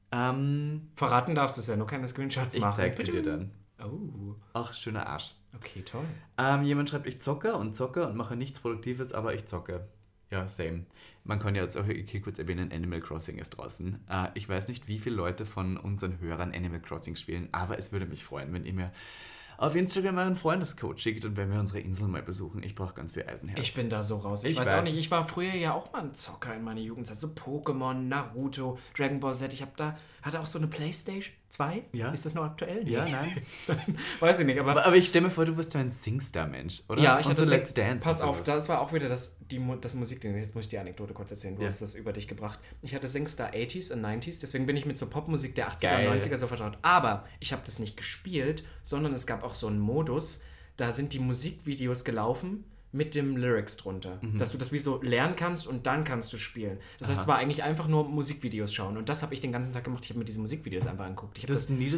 Verraten darfst du es ja, nur keine Screenshots machen. Ich zeig sie dir dann. Oh. Ach, schöner Arsch. Okay, toll. Jemand schreibt, ich zocke und mache nichts Produktives, aber ich zocke. Ja, same. Man kann ja jetzt auch hier kurz erwähnen, Animal Crossing ist draußen. Ich weiß nicht, wie viele Leute von unseren Hörern Animal Crossing spielen, aber es würde mich freuen, wenn ihr mir auf Instagram euren Freundescode schickt und wenn wir unsere Insel mal besuchen. Ich brauche ganz viel Eisenherz. Ich bin da so raus. Ich weiß auch nicht, ich war früher ja auch mal ein Zocker in meiner Jugendzeit. So Pokémon, Naruto, Dragon Ball Z. Hatte auch so eine Playstation 2. Ja. Ist das noch aktuell? Nee. Ja, nein. Weiß ich nicht, aber ich stelle mir vor, du wirst so ein Singstar-Mensch, oder? Ja, ich hatte so Let's Dance. Pass auf, das war auch wieder das Musikding. Jetzt muss ich die Anekdote kurz erzählen. Du hast das über dich gebracht. Ich hatte Singstar 80s und 90s, deswegen bin ich mit so Popmusik der 80er und 90er so vertraut. Aber ich habe das nicht gespielt, sondern es gab auch so einen Modus, da sind die Musikvideos gelaufen mit dem Lyrics drunter. Dass du das wie so lernen kannst und dann kannst du spielen. Das heißt, es war eigentlich einfach nur Musikvideos schauen. Und das habe ich den ganzen Tag gemacht. Ich habe mir diese Musikvideos einfach angeguckt. Ich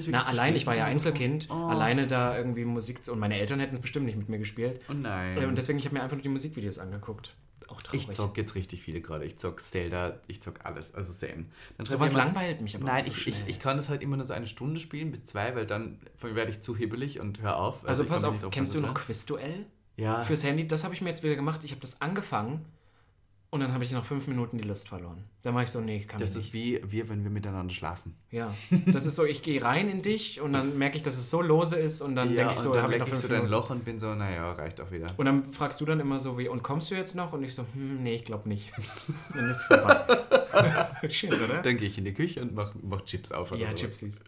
war ja Einzelkind, alleine da irgendwie Musik... Und meine Eltern hätten es bestimmt nicht mit mir gespielt. Oh nein. Und deswegen, ich habe mir einfach nur die Musikvideos angeguckt. Auch traurig. Ich zock jetzt richtig viele gerade. Ich zock Zelda, ich zock alles. Also same. Sowas langweilt mich aber nein, auch so schnell. Ich kann das halt immer nur so 1 Stunde spielen, bis 2, weil dann werde ich zu hibbelig und hör auf. Also pass auf, kennst du noch Quizduell? Ja. Fürs Handy, das habe ich mir jetzt wieder gemacht. Ich habe das angefangen und dann habe ich nach 5 Minuten die Lust verloren. Da mache ich so, nee, kann ich nicht. Das ist wie wir, wenn wir miteinander schlafen. Ja, das ist so, ich gehe rein in dich und dann merke ich, dass es so lose ist und dann denke ich so, dann habe ich noch 5 Minuten. Dein Loch und bin so, naja, reicht auch wieder. Und dann fragst du dann immer so wie, und kommst du jetzt noch? Und ich so, nee, ich glaube nicht. Dann ist es vorbei. Schön, oder? Dann gehe ich in die Küche und mach Chips auf. Ja, Chipsies.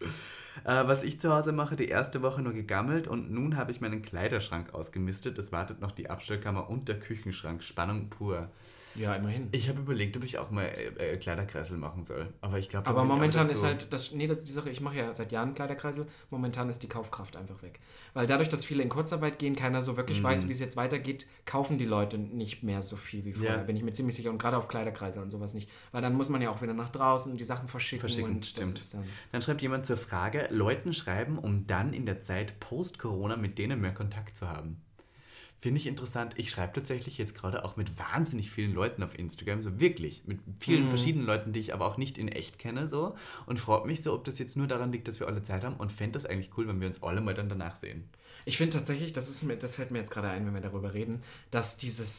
Was ich zu Hause mache, die erste Woche nur gegammelt und nun habe ich meinen Kleiderschrank ausgemistet. Es wartet noch die Abstellkammer und der Küchenschrank. Spannung pur. Ja, immerhin. Ich habe überlegt, ob ich auch mal Kleiderkreisel machen soll. Aber ich glaube, aber momentan ist halt, die Sache, ich mache ja seit Jahren Kleiderkreisel, momentan ist die Kaufkraft einfach weg. Weil dadurch, dass viele in Kurzarbeit gehen, keiner so wirklich weiß, wie es jetzt weitergeht, kaufen die Leute nicht mehr so viel wie vorher, bin ich mir ziemlich sicher. Und gerade auf Kleiderkreisel und sowas nicht. Weil dann muss man ja auch wieder nach draußen die Sachen verschicken und stimmt. Das ist dann schreibt jemand zur Frage, Leuten schreiben, um dann in der Zeit Post-Corona mit denen mehr Kontakt zu haben. Finde ich interessant. Ich schreibe tatsächlich jetzt gerade auch mit wahnsinnig vielen Leuten auf Instagram, so wirklich, mit vielen verschiedenen Leuten, die ich aber auch nicht in echt kenne, so, und frage mich so, ob das jetzt nur daran liegt, dass wir alle Zeit haben, und fände das eigentlich cool, wenn wir uns alle mal dann danach sehen. Ich finde tatsächlich, das fällt mir jetzt gerade ein, wenn wir darüber reden, dass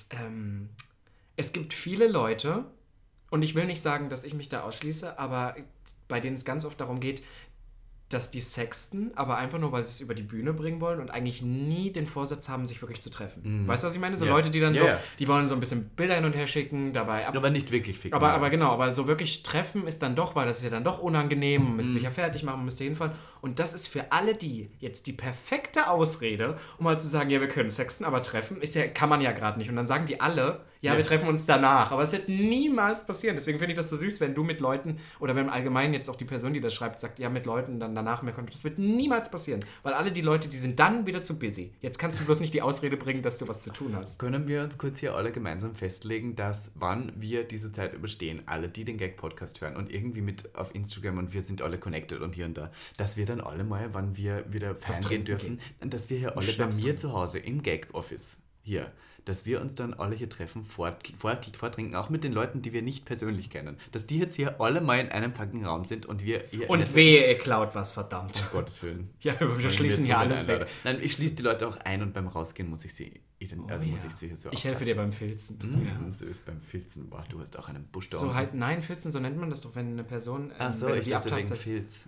es gibt viele Leute, und ich will nicht sagen, dass ich mich da ausschließe, aber bei denen es ganz oft darum geht, dass die sexten, aber einfach nur, weil sie es über die Bühne bringen wollen und eigentlich nie den Vorsatz haben, sich wirklich zu treffen. Weißt du, was ich meine? So Leute, die dann die wollen so ein bisschen Bilder hin und her schicken, dabei aber nicht wirklich ficken. Aber genau, aber so wirklich treffen ist dann doch, weil das ist ja dann doch unangenehm, man müsste sich ja fertig machen, man müsste hinfahren. Und das ist für alle die jetzt die perfekte Ausrede, um halt zu sagen, ja, wir können sexten, aber treffen kann man ja gerade nicht. Und dann sagen die alle, wir treffen uns danach. Aber es wird niemals passieren. Deswegen finde ich das so süß, wenn du mit Leuten, oder wenn allgemein jetzt auch die Person, die das schreibt, sagt, ja, mit Leuten dann danach mehr Kontakt. Das wird niemals passieren. Weil alle die Leute, die sind dann wieder zu busy. Jetzt kannst du bloß nicht die Ausrede bringen, dass du was zu tun hast. Können wir uns kurz hier alle gemeinsam festlegen, dass, wann wir diese Zeit überstehen, alle, die den Gag-Podcast hören und irgendwie mit auf Instagram und wir sind alle connected und hier und da, dass wir dann alle mal, wann wir wieder feiern gehen dürfen, dass wir hier alle bei mir zu Hause im Gag-Office hier, dass wir uns dann alle hier treffen, vortrinken, auch mit den Leuten, die wir nicht persönlich kennen. Dass die jetzt hier alle mal in einem fucking Raum sind und wir hier... Und wehe, ihr klaut was, verdammt. Um Gottes Willen. Ja, wir schließen hier alles weg. Nein, ich schließe die Leute auch ein und beim Rausgehen muss ich sie... muss ich sie so ich helfe dir beim Filzen. So ist beim Filzen. Boah, du hast auch einen Busch da so halt, nein, Filzen, so nennt man das doch, wenn eine Person... ich dachte wegen Filz.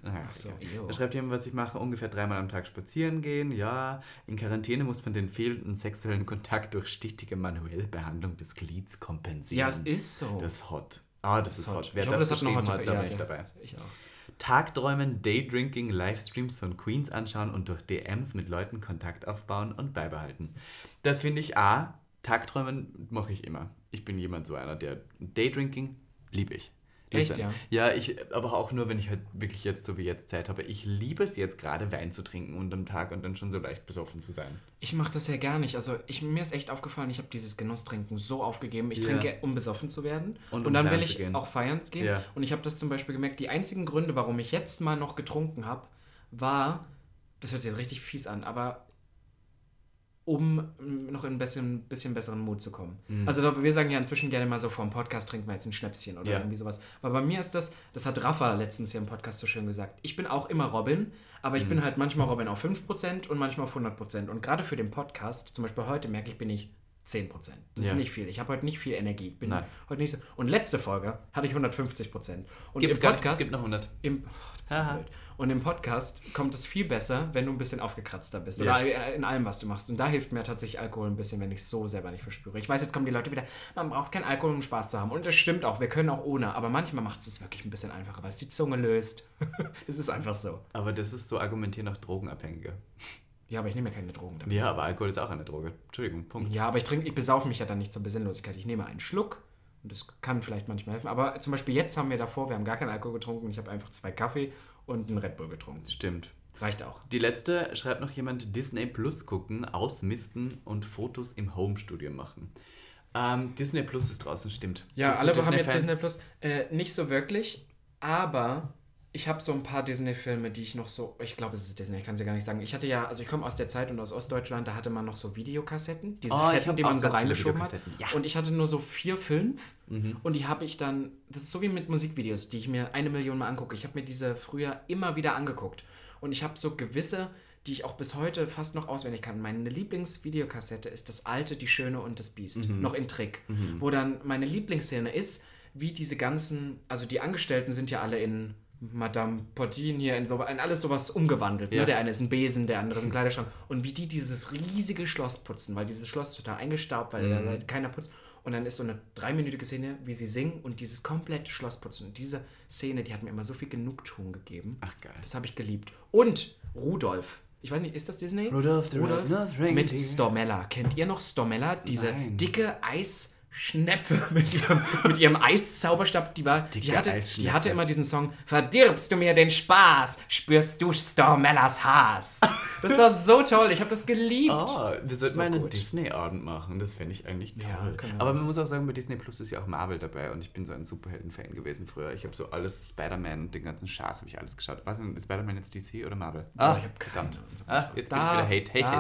Da schreibt jemand, was ich mache, ungefähr 3-mal am Tag spazieren gehen. Ja, in Quarantäne muss man den fehlenden sexuellen Kontakt durch stichtige manuelle Behandlung des Glieds kompensieren. Ja, es ist so. Das ist hot. Das ist hot. Wer ich hoffe, das geschrieben hat, da bin ich dabei. Ich auch. Tagträumen, Daydrinking, Livestreams von Queens anschauen und durch DMs mit Leuten Kontakt aufbauen und beibehalten. Das finde ich Tagträumen mache ich immer. Ich bin jemand so einer, der Daydrinking liebe ich. Echt, ja? Ja, aber auch nur, wenn ich halt wirklich jetzt so wie jetzt Zeit habe. Ich liebe es jetzt gerade, Wein zu trinken und am Tag und dann schon so leicht besoffen zu sein. Ich mache das ja gar nicht. Also mir ist echt aufgefallen, ich habe dieses Genusstrinken so aufgegeben. Ich trinke, um besoffen zu werden. Und dann will ich auch feiern gehen. Ja. Und ich habe das zum Beispiel gemerkt, die einzigen Gründe, warum ich jetzt mal noch getrunken habe, war, das hört sich jetzt richtig fies an, aber um noch in ein bisschen besseren Mut zu kommen. Also wir sagen ja inzwischen gerne mal so, vor dem Podcast trinken wir jetzt ein Schnäpschen oder irgendwie sowas. Weil bei mir ist das hat Rafa letztens hier im Podcast so schön gesagt, ich bin auch immer Robin, aber ich bin halt manchmal Robin auf 5% und manchmal auf 100%. Und gerade für den Podcast, zum Beispiel heute, merke ich, bin ich 10%. Das ist nicht viel. Ich habe heute nicht viel Energie. Ich bin heute nicht so. Und letzte Folge hatte ich 150%. Und Gibt's im Podcast, es gibt noch 100. Das ist blöd. Und im Podcast kommt es viel besser, wenn du ein bisschen aufgekratzter bist. Oder in allem, was du machst. Und da hilft mir tatsächlich Alkohol ein bisschen, wenn ich es so selber nicht verspüre. Ich weiß, jetzt kommen die Leute wieder, man braucht keinen Alkohol, um Spaß zu haben. Und das stimmt auch, wir können auch ohne. Aber manchmal macht es wirklich ein bisschen einfacher, weil es die Zunge löst. Es ist einfach so. Aber das ist so argumentieren auch Drogenabhängige. Ja, aber ich nehme ja keine Drogen damit. Ja, aber Alkohol ist auch eine Droge. Entschuldigung, Punkt. Ja, aber ich besaufe mich ja dann nicht zur Besinnlosigkeit. Ich nehme einen Schluck und das kann vielleicht manchmal helfen. Aber zum Beispiel jetzt wir haben gar keinen Alkohol getrunken. Ich habe einfach 2 Kaffee und einen Red Bull getrunken. Stimmt. Reicht auch. Die letzte schreibt noch jemand, Disney Plus gucken, ausmisten und Fotos im Homestudio machen. Disney Plus ist draußen, stimmt. Ja, alle haben jetzt Disney Plus. Nicht so wirklich, aber ich habe so ein paar Disney-Filme, die ich noch so, ich glaube, es ist Disney, ich kann es ja gar nicht sagen. Ich hatte ja, also ich komme aus der Zeit und aus Ostdeutschland, da hatte man noch so Videokassetten, diese Fetten, die man so reingeschoben hat. Ja. Und ich hatte nur so 4, 5 und die habe ich dann, das ist so wie mit Musikvideos, die ich mir 1 Million Mal angucke. Ich habe mir diese früher immer wieder angeguckt und ich habe so gewisse, die ich auch bis heute fast noch auswendig kann. Meine Lieblingsvideokassette ist das alte Die Schöne und das Biest, noch in Trick, wo dann meine Lieblingsszene ist, wie diese ganzen, also die Angestellten sind ja alle in Madame Portin hier in alles sowas umgewandelt. Ja. Ne? Der eine ist ein Besen, der andere ist ein Kleiderschrank. Und wie die dieses riesige Schloss putzen, weil dieses Schloss ist total eingestaubt, weil da keiner putzt. Und dann ist so eine 3-minütige Szene, wie sie singen und dieses komplette Schloss putzen. Und diese Szene, die hat mir immer so viel Genugtuung gegeben. Ach geil. Das habe ich geliebt. Und Rudolf. Ich weiß nicht, ist das Disney? Rudolf mit Stormella. Kennt ihr noch Stormella? Diese dicke Schnepfe mit ihrem Eiszauberstab, die hatte immer diesen Song, verdirbst du mir den Spaß, spürst du Stormellas Hass. Das war so toll, ich habe das geliebt. Wir sollten mal einen Disney-Abend machen, das fände ich eigentlich toll. Ja, aber man muss auch sagen, bei Disney Plus ist ja auch Marvel dabei und ich bin so ein Superhelden-Fan gewesen früher. Ich habe so alles, Spider-Man und den ganzen Schaß habe ich alles geschaut. Was denn, ist Spider-Man jetzt DC oder Marvel? Ich habe verdammt. Jetzt bin ich wieder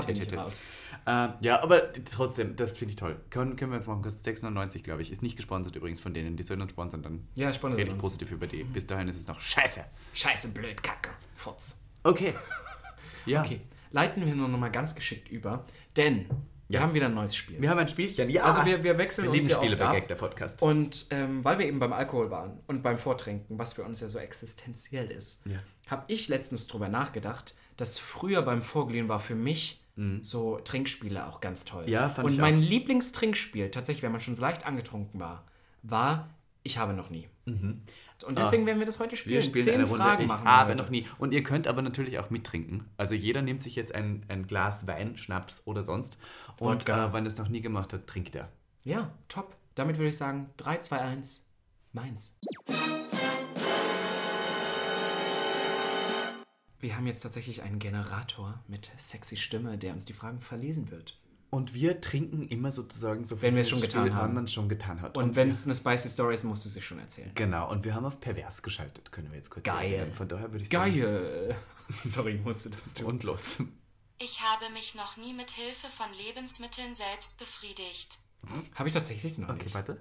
Hate. Ja, aber trotzdem, das finde ich toll. Können wir jetzt machen, kostet 6,99, glaube ich. Ist nicht gesponsert übrigens von denen. Die sollen uns sponsern, dann rede ich positiv über die. Bis dahin ist es noch scheiße. Scheiße, blöd, Kacke, Furz. Okay. Ja. Okay, leiten wir nur noch mal ganz geschickt über, denn Wir haben wieder ein neues Spiel. Wir haben ein Spielchen, ja. Also wir wechseln uns hier Spiele oft bei ab. Gag, der Podcast. Und weil wir eben beim Alkohol waren und beim Vortrinken, was für uns ja so existenziell ist, habe ich letztens drüber nachgedacht, dass früher beim Vorglühen war für mich so Trinkspiele auch ganz toll. Ja, fand und ich mein auch. Lieblingstrinkspiel, tatsächlich, wenn man schon so leicht angetrunken war Ich habe noch nie. Und deswegen werden wir das heute spielen. Wir spielen 10 eine Runde, Fragen ich machen habe wir heute. noch nie. Und ihr könnt aber natürlich auch mittrinken. Also jeder nimmt sich jetzt ein Glas Wein, Schnaps oder sonst. Und Wodka. wenn er es noch nie gemacht hat, trinkt er. Ja, top. Damit würde ich sagen, 3, 2, 1, meins. Wir haben jetzt tatsächlich einen Generator mit sexy Stimme, der uns die Fragen verlesen wird. Und wir trinken immer sozusagen so Wenn wir es viel schon getan Spiel, haben. wann man es schon getan hat. Und wenn es eine spicy Story ist, musst du sie schon erzählen. Genau, und wir haben auf pervers geschaltet, können wir jetzt kurz Geil. erwähnen. Von daher würde ich sagen... Geil! Sorry, ich musste das tun. Und los. Ich habe mich noch nie mit Hilfe von Lebensmitteln selbst befriedigt. Habe ich tatsächlich noch Okay, nicht. warte.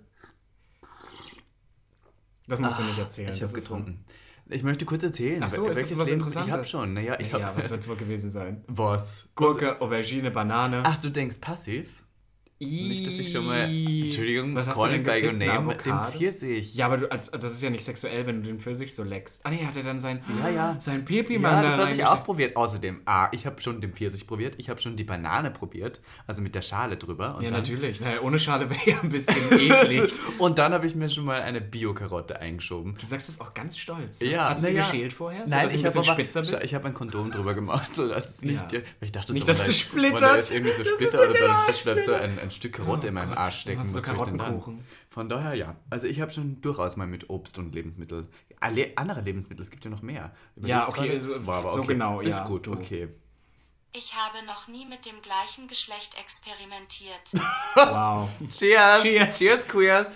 Das musst du nicht erzählen. Ich das habe ist so- getrunken. Ich möchte kurz erzählen. Ach so, ist das welches was Leben- Interessantes? Ich habe schon. Naja, ich habe... Ja, was wird es wohl gewesen sein? Was? Gurke, Aubergine, Banane. Ach, du denkst passiv? Nicht, dass ich schon mal... Entschuldigung, Was hast du call denn it by your gefickt? Eine name, mit dem Avocado? Pfirsich. Ja, aber das ist ja nicht sexuell, wenn du den Pfirsich so leckst. Ah nee, hat er dann sein Pipi-Mann Ja, das da habe ich reingesteckt. auch probiert. Außerdem, ich habe schon den Pfirsich probiert, ich habe schon die Banane probiert, also mit der Schale drüber. Und Ja, dann, natürlich. Naja, ohne Schale wäre ja ein bisschen eklig. Und dann habe ich mir schon mal eine Bio-Karotte eingeschoben. Du sagst das auch ganz stolz. Ne? Ja, Hast du die naja. geschält vorher? Nein, dass du ich ein bisschen habe spitzer bist? ich habe ein Kondom drüber gemacht, so dass es nicht, Ja. weil ich dachte, Nicht, so, dass weil es da- splittert. weil da ist irgendwie so Das ist Splitter in oder den dann Arsch bleibt so ein Stück Karotte in meinem Gott, Arsch stecken. dann hast du Was tue ich denn dann? Karottenkuchen. Von daher ja. Also ich habe schon durchaus mal mit Obst und Lebensmittel, andere Lebensmittel, es gibt ja noch mehr. Ja, Überleg okay, gerade. so- War aber so genau, ja, Ist gut, du. okay. Ich habe noch nie mit dem gleichen Geschlecht experimentiert. Wow. Cheers! Cheers. Cheers, Queers!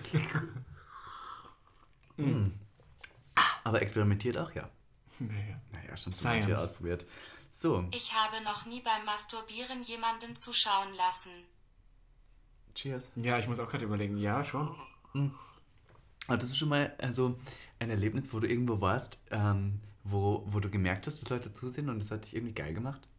Aber experimentiert auch, ja. Naja. Naja, schon Science. viel ausprobiert. So, Ich habe noch nie beim Masturbieren jemanden zuschauen lassen. cheers. Ja, ich muss auch gerade überlegen. Ja, schon. Aber das ist schon mal also ein Erlebnis, wo du irgendwo warst, wo du gemerkt hast, dass Leute zusehen und das hat dich irgendwie geil gemacht.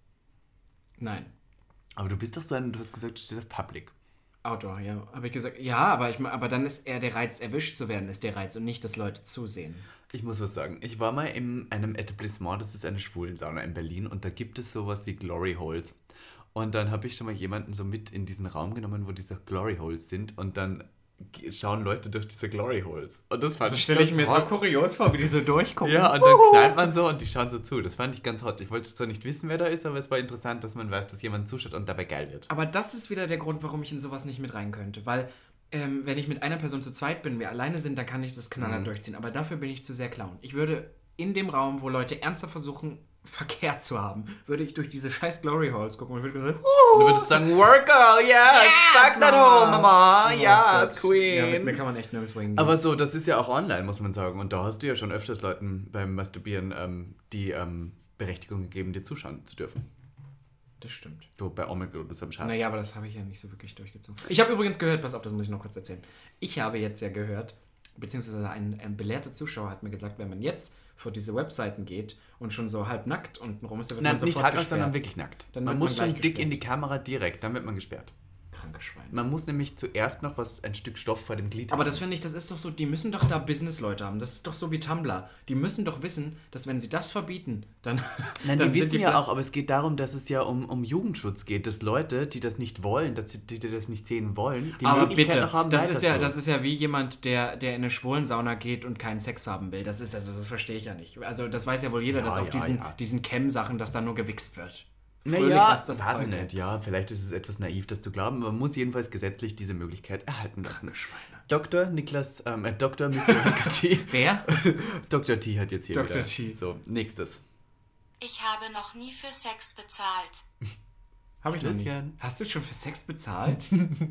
Nein. Aber du bist doch so du hast gesagt, du stehst auf Public. Outdoor, ja. Habe ich gesagt. Ja, aber dann ist eher der Reiz, erwischt zu werden, ist der Reiz und nicht, dass Leute zusehen. Ich muss was sagen. Ich war mal in einem Etablissement, das ist eine Schwulensauna in Berlin und da gibt es sowas wie Glory Holes. Und dann habe ich schon mal jemanden so mit in diesen Raum genommen, wo diese Glory Holes sind und dann schauen Leute durch diese Glory Holes. Und das fand Das ich stelle ich ganz mir so hot. kurios vor, wie die so durchgucken. Ja, und dann knallt man so und die schauen so zu. Das fand ich ganz hot. Ich wollte zwar nicht wissen, wer da ist, aber es war interessant, dass man weiß, dass jemand zuschaut und dabei geil wird. Aber das ist wieder der Grund, warum ich in sowas nicht mit rein könnte. Weil, wenn ich mit einer Person zu zweit bin, wir alleine sind, dann kann ich das knallhart durchziehen. Aber dafür bin ich zu sehr Clown. Ich würde in dem Raum, wo Leute ernsthaft versuchen, Verkehr zu haben, würde ich durch diese scheiß Glory Halls gucken und würde sagen, Und du würdest sagen, work girl, yes, fuck that hole, Mama, Oh yes, Gott. Ja, mit queen. mir kann man echt nirgendwo hingehen. Aber so, das ist ja auch online, muss man sagen. Und da hast du ja schon öfters Leuten beim Masturbieren die Berechtigung gegeben, dir zuschauen zu dürfen. das stimmt. So bei Omegle oder so im Schatz. Naja, aber das habe ich ja nicht so wirklich durchgezogen. Ich habe übrigens gehört, pass auf, das muss ich noch kurz erzählen. Ich habe jetzt ja gehört, beziehungsweise ein belehrter Zuschauer hat mir gesagt, wenn man jetzt vor diese Webseiten geht und schon so halb nackt untenrum ist, dann wird Nein, man nicht sofort halb nackt, gesperrt. sondern wirklich nackt. Dann Man wird muss man schon gleich dick gesperrt. in die Kamera direkt, dann wird man gesperrt. Kranke Schweine. Man muss nämlich zuerst noch ein Stück Stoff vor dem Glied Aber das finde ich, das ist doch so, die müssen doch da Business-Leute haben. Das ist doch so wie Tumblr. Die müssen doch wissen, dass wenn sie das verbieten, dann. Nein, dann die sind wissen ja auch, aber es geht darum, dass es ja um Jugendschutz geht, dass Leute, die das nicht wollen, die das nicht sehen wollen, die Aber Möglichkeit bitte, noch haben, das weiter ist ja wie jemand, der in eine Schwulensauna geht und keinen Sex haben will. Das verstehe ich ja nicht. Also das weiß ja wohl jeder, dass auf diesen Cam-Sachen, dass da nur gewichst wird. Fröhlich, Naja, was das weiß Zeug ich hält. nicht. Ja, vielleicht ist es etwas naiv, das zu glauben. Man muss jedenfalls gesetzlich diese Möglichkeit erhalten lassen. Dr. Niklas, Dr. Mr. T. Wer? Dr. T hat jetzt hier Dr. wieder. T. So, nächstes. Ich habe noch nie für Sex bezahlt. Habe ich noch nicht. Christian. Hast du schon für Sex bezahlt?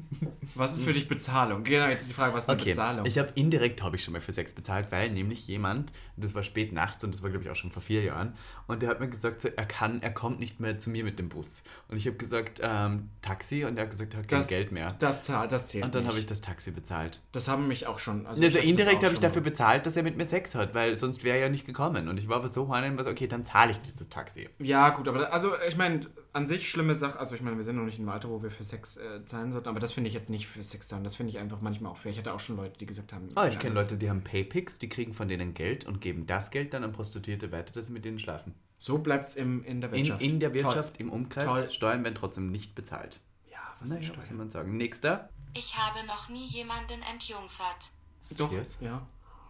Was ist für dich Bezahlung? Genau, jetzt ist die Frage, was ist eine Okay, Bezahlung? indirekt habe ich schon mal für Sex bezahlt, weil nämlich jemand, das war spät nachts und das war glaube ich auch schon vor 4 Jahren, und der hat mir gesagt, so, er kommt nicht mehr zu mir mit dem Bus. Und ich habe gesagt, Taxi, und er hat gesagt, er hat kein Geld mehr. Das zählt Und dann nicht. habe ich das Taxi bezahlt. Das haben mich auch schon. Also ich hab das indirekt auch habe ich schon dafür mal. bezahlt, dass er mit mir Sex hat, weil sonst wäre er ja nicht gekommen. Und ich war aber so horny, okay, dann zahle ich dieses Taxi. Ja, gut, aber also ich meine, an sich schlimme Sache. also ich meine, wir sind noch nicht im Alter, wo wir für Sex zahlen sollten, aber das finde ich jetzt nicht für Sex zahlen, das finde ich einfach manchmal auch fair. Ich hatte auch schon Leute, die gesagt haben... Ich kenne Leute, die haben Paypicks, die kriegen von denen Geld und geben das Geld dann an Prostituierte weiter, dass sie mit denen schlafen. So bleibt es in der Wirtschaft. In der Wirtschaft, im Umkreis, Toll. Steuern werden trotzdem nicht bezahlt. Ja, was ist Was soll man sagen? Nächster. Ich habe noch nie jemanden entjungfert. Doch, Cheers. ja.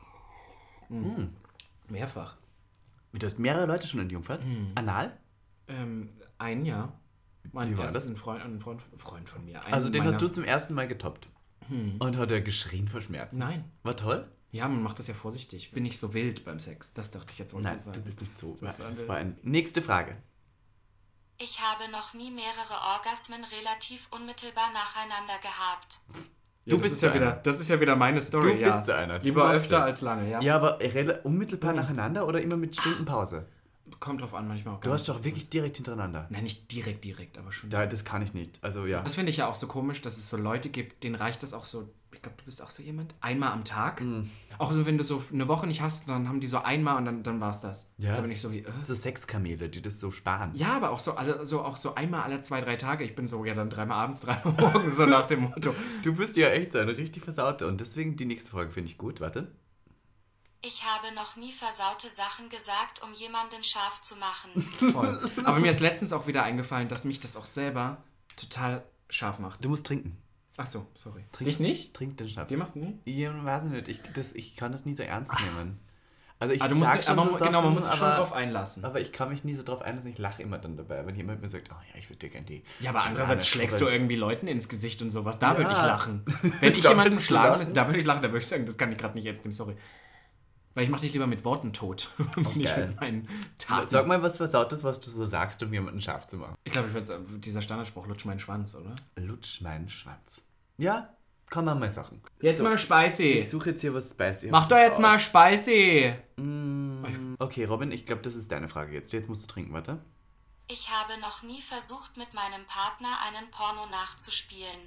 Mehrfach. Du hast mehrere Leute schon entjungfert? Anal? Ein Jahr. Wie war das? Ein Freund von mir. Also den hast du zum ersten Mal getoppt. Und hat er geschrien vor Schmerzen? Nein. War toll? Ja, man macht das ja vorsichtig. Bin nicht so wild beim Sex. Das dachte ich jetzt wohl Nein, zu sagen. du bist nicht so. Das Das war eine nächste Frage. Ich habe noch nie mehrere Orgasmen relativ unmittelbar nacheinander gehabt. Ja, Du bist so einer. das ist ja wieder meine Story. Du bist so einer. Du Lieber machst öfter das. als lange, ja. Ja, aber unmittelbar nacheinander oder immer mit Stundenpause? Kommt drauf an, manchmal auch Du gar hast doch wirklich direkt hintereinander. Nein, nicht direkt, aber schon. Das kann ich nicht. Also ja. Das finde ich ja auch so komisch, dass es so Leute gibt, denen reicht das auch so, ich glaube, du bist auch so jemand, einmal am Tag. Auch so, wenn du so eine Woche nicht hast, dann haben die so einmal und dann war es das. Ja. Da bin ich so wie, So Sexkamele, die das so sparen. Ja, aber auch so einmal alle 2-3 Tage. Ich bin so, ja, dann 3-mal abends, 3-mal morgens, so nach dem Motto. Du bist ja echt so eine richtig versaute. Und deswegen die nächste Frage finde ich gut. Warte. Ich habe noch nie versaute Sachen gesagt, um jemanden scharf zu machen. Voll. Aber mir ist letztens auch wieder eingefallen, dass mich das auch selber total scharf macht. Du musst trinken. Ach so, sorry. Trink, Dich nicht? Trink den Schnaps. Dir machst du nicht? Ja, weiß ich nicht. Ich kann das nie so ernst nehmen. Also ich Du sag musst, schon aber so Sachen, genau, man muss sich schon aber- drauf einlassen. Aber ich kann mich nie so drauf einlassen, ich lache immer dann dabei, wenn jemand mir sagt, oh ja, ich würde dir gerne die... Ja, aber die andererseits Banane schlägst du schrubbeln. irgendwie Leuten ins Gesicht und sowas. Da würde ich Ja. lachen. Wenn ich Da jemanden würdest du schlagen lachen? müsste, da würde ich lachen, da würde ich sagen, das kann ich gerade nicht ernst nehmen, sorry. Weil ich mache dich lieber mit Worten tot. Und nicht geil. mit meinen Taten. Sag mal was Versautes, was du so sagst, um jemanden scharf zu machen. Ich glaube, dieser Standardspruch, lutsch meinen Schwanz, oder? Lutsch meinen Schwanz. Ja, kann man mal sagen. Jetzt So, mal spicy. ich suche jetzt hier was spicy. Mach doch jetzt mal spicy. Okay, Robin, ich glaube, das ist deine Frage jetzt. Jetzt musst du trinken, warte. Ich habe noch nie versucht, mit meinem Partner einen Porno nachzuspielen.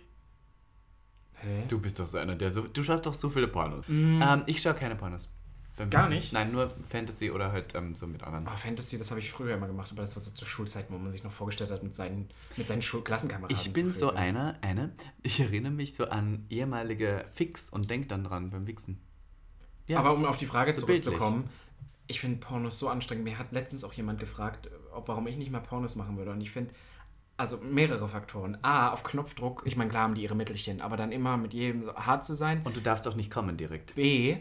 Hä? Du bist doch so einer, der so... Du schaust doch so viele Pornos. Ich schaue keine Pornos. Beim Gar Wichsen. nicht? Nein, nur Fantasy oder halt so mit anderen. Oh, Fantasy, das habe ich früher immer gemacht, aber das war so zur Schulzeit, wo man sich noch vorgestellt hat mit seinen Klassenkameraden. Ich bin so früher. ich erinnere mich so an ehemalige Fix und denk dann dran beim Wichsen. Ja, Aber um auf die Frage so zurückzukommen, ich finde Pornos so anstrengend. Mir hat letztens auch jemand gefragt, warum ich nicht mal Pornos machen würde. Und ich finde, also mehrere Faktoren. A, auf Knopfdruck, ich meine, klar haben die ihre Mittelchen, aber dann immer mit jedem so hart zu sein. und du darfst auch nicht kommen direkt. B,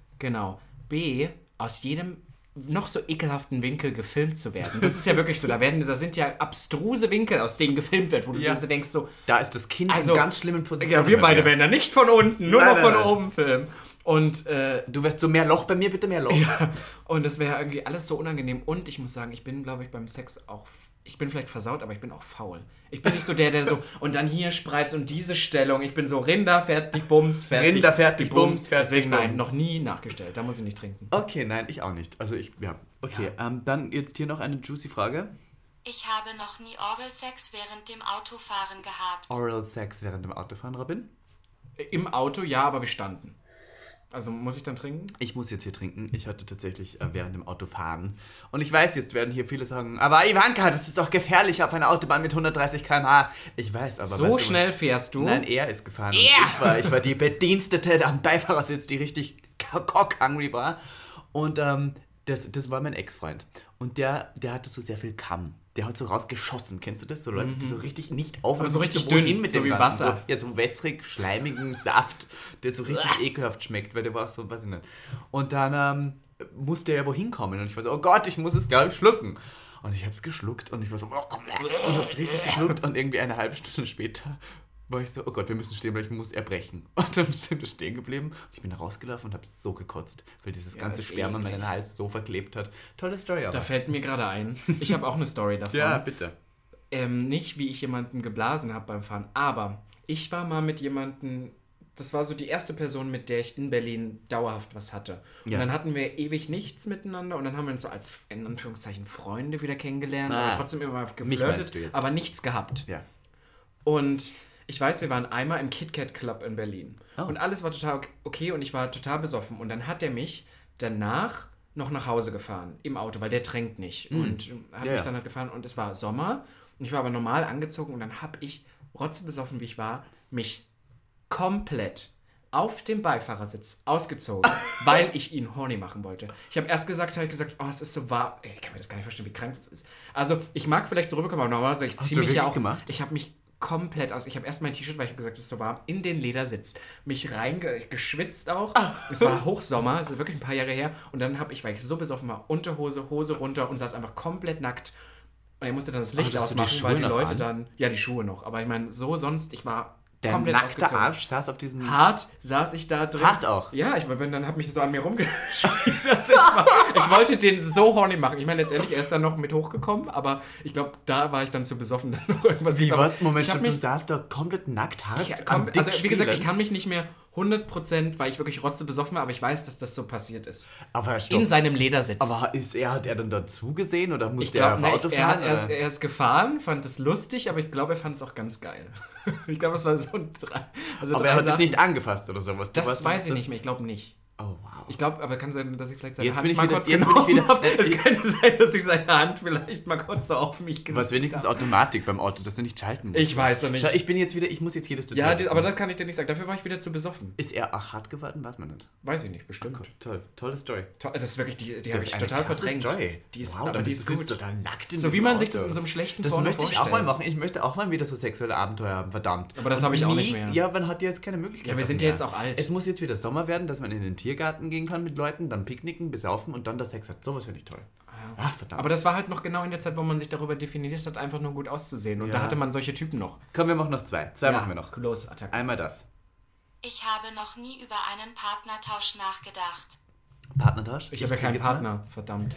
aus jedem noch so ekelhaften Winkel gefilmt zu werden. Das ist ja wirklich so. Da sind ja abstruse Winkel, aus denen gefilmt wird, wo du dir so denkst, so, Da ist das Kind Also, in ganz schlimmen Positionen. ja, wir bei beide mir. werden da nicht von unten, nur Nein, noch von nein, nein. oben filmen. Und Du wärst so mehr Loch bei mir, bitte mehr Loch. Und das wäre irgendwie alles so unangenehm. Und ich muss sagen, ich bin, glaube ich, beim Sex auch... Ich bin vielleicht versaut, aber ich bin auch faul. Ich bin nicht so der so... Und dann hier spreizt und diese Stellung. Ich bin so Rinder, fertig, Bums, fertig. Rinder, fertig, Bums, fertig, Deswegen nein, Bums. noch nie nachgestellt. Da muss ich nicht trinken. Okay, nein, ich auch nicht. Also ja. Okay, dann jetzt hier noch eine juicy Frage. Ich habe noch nie Oralsex während dem Autofahren gehabt. Oral Sex während dem Autofahren, Robin? Im Auto, ja, aber wir standen. Also muss ich dann trinken? Ich muss jetzt hier trinken. Ich hatte tatsächlich während dem Autofahren. Und ich weiß, jetzt werden hier viele sagen, aber Ivanka, das ist doch gefährlich auf einer Autobahn mit 130 km/h. Ich weiß, aber... So weißt du, schnell fährst du? Nein, er ist gefahren. Und ich war die Bedienstete am Beifahrersitz, die richtig cock-hungry war. Und das war mein Ex-Freund. Und der hatte so sehr viel Kamm. Der hat so rausgeschossen. Kennst du das? So Leute, die so richtig nicht aufhören. Aber so richtig wohin dünn, mit so dem wie Ganzen. Wasser. So, ja, so wässrig, schleimigen Saft, der so richtig ekelhaft schmeckt, weil der war auch so, weiß ich nicht. Und dann musste er ja wohin kommen. Und ich war so, oh Gott, ich muss es, glaube ich, schlucken. Und ich habe es geschluckt und ich war so, und habe es richtig geschluckt. Und irgendwie eine halbe Stunde später war ich so, oh Gott, wir müssen stehen bleiben, ich muss erbrechen. Und dann sind wir stehen geblieben. Und ich bin da rausgelaufen und habe so gekotzt, weil dieses ganze das ist Sperma eklig. meinen Hals so verklebt hat. Tolle Story aber. Da fällt mir gerade ein. Ich habe auch eine Story davon. Ja, bitte. Nicht, wie ich jemanden geblasen habe beim Fahren, aber ich war mal mit jemandem, das war so die erste Person, mit der ich in Berlin dauerhaft was hatte. Und Ja. dann hatten wir ewig nichts miteinander und dann haben wir uns so als, in Anführungszeichen, Freunde wieder kennengelernt, aber trotzdem immer Mich geflirtet, meinst du jetzt? aber nichts gehabt. Ja. Und ich weiß, wir waren einmal im KitKat Club in Berlin. Oh. Und alles war total okay und ich war total besoffen. Und dann hat er mich danach noch nach Hause gefahren im Auto, weil der trinkt nicht. Und hat Ja, mich ja. dann halt gefahren und es war Sommer. Ich war aber normal angezogen und dann habe ich, rotzebesoffen wie ich war, mich komplett auf dem Beifahrersitz ausgezogen, weil ich ihn horny machen wollte. Ich habe erst gesagt, oh, es ist so warm. Ich kann mir das gar nicht vorstellen, wie krank das ist. Also, ich mag vielleicht so rüberkommen, aber normalerweise, ich ziehe mich ja auch. Gemacht? Ich habe mich komplett aus. Ich habe erst mein T-Shirt, weil ich habe gesagt, es ist so warm, in den Ledersitz. Mich geschwitzt auch. Es war Hochsommer, es ist wirklich ein paar Jahre her. Und dann habe ich, weil ich so besoffen war, Unterhose, Hose runter und saß einfach komplett nackt. Und er musste dann das Licht ausmachen, weil die Leute dann... Ja, die Schuhe noch. Aber ich meine, so sonst, ich war... Der nackte Arsch saß auf diesem... Hart saß ich da drin. Hart auch? Ja, dann hab mich so an mir rumgeschrieben. Ich wollte den so horny machen. Ich meine, letztendlich, er ist dann noch mit hochgekommen, aber ich glaube, da war ich dann zu besoffen, dass noch irgendwas... Wie, was? Moment, du saßt doch komplett nackt, hart also, wie gesagt, ich kann mich nicht mehr 100%, weil ich wirklich rotzebesoffen war, aber ich weiß, dass das so passiert ist. Aber stopp. In seinem Ledersitz. Aber hat er dann dazu gesehen oder musste er auf Auto fahren? Er ist gefahren, fand es lustig, aber ich glaube, er fand es auch ganz geil. Ich glaube, es war so ein... Aber er hat dich nicht angefasst oder sowas? Das weiß ich nicht mehr, ich glaube nicht. Oh, wow. Ich glaube, aber kann sein, dass ich vielleicht seine Hand mal kurz genommen habe. Es könnte sein, dass ich seine Hand vielleicht mal kurz so auf mich gelegt habe. Was wenigstens Automatik beim Auto, dass du nicht schalten musst. Ich weiß doch nicht. Schau, ich muss jetzt jedes Detail wissen. Aber das kann ich dir nicht sagen. Dafür war ich wieder zu besoffen. Ist er auch hart geworden? Weiß man nicht. Weiß ich nicht, bestimmt. Oh, toll. Tolle Story. Das ist wirklich, die habe ich total verdrängt. Story. Die ist, wow, aber die ist gut. Total nackt in so wie man sich das in so einem schlechten Porno vorstellt. Das möchte ich auch mal machen. Ich möchte auch mal wieder so sexuelle Abenteuer haben. Verdammt. Aber das habe ich auch nicht mehr. Ja, man hat ja jetzt keine Möglichkeit. Ja, wir sind ja jetzt auch alt. Es muss jetzt wieder Sommer werden, dass man in den Tiergarten gehen kann mit Leuten, dann picknicken, besaufen und dann das Sex hat. Sowas finde ich toll. Ja. Verdammt. Aber das war halt noch genau in der Zeit, wo man sich darüber definiert hat, einfach nur gut auszusehen. Und da hatte man solche Typen noch. Komm, wir machen noch zwei. Zwei machen wir noch. Los, Attacke. Einmal das. Ich habe noch nie über einen Partnertausch nachgedacht. Partnertausch? Ich habe ja keinen Partner, verdammt.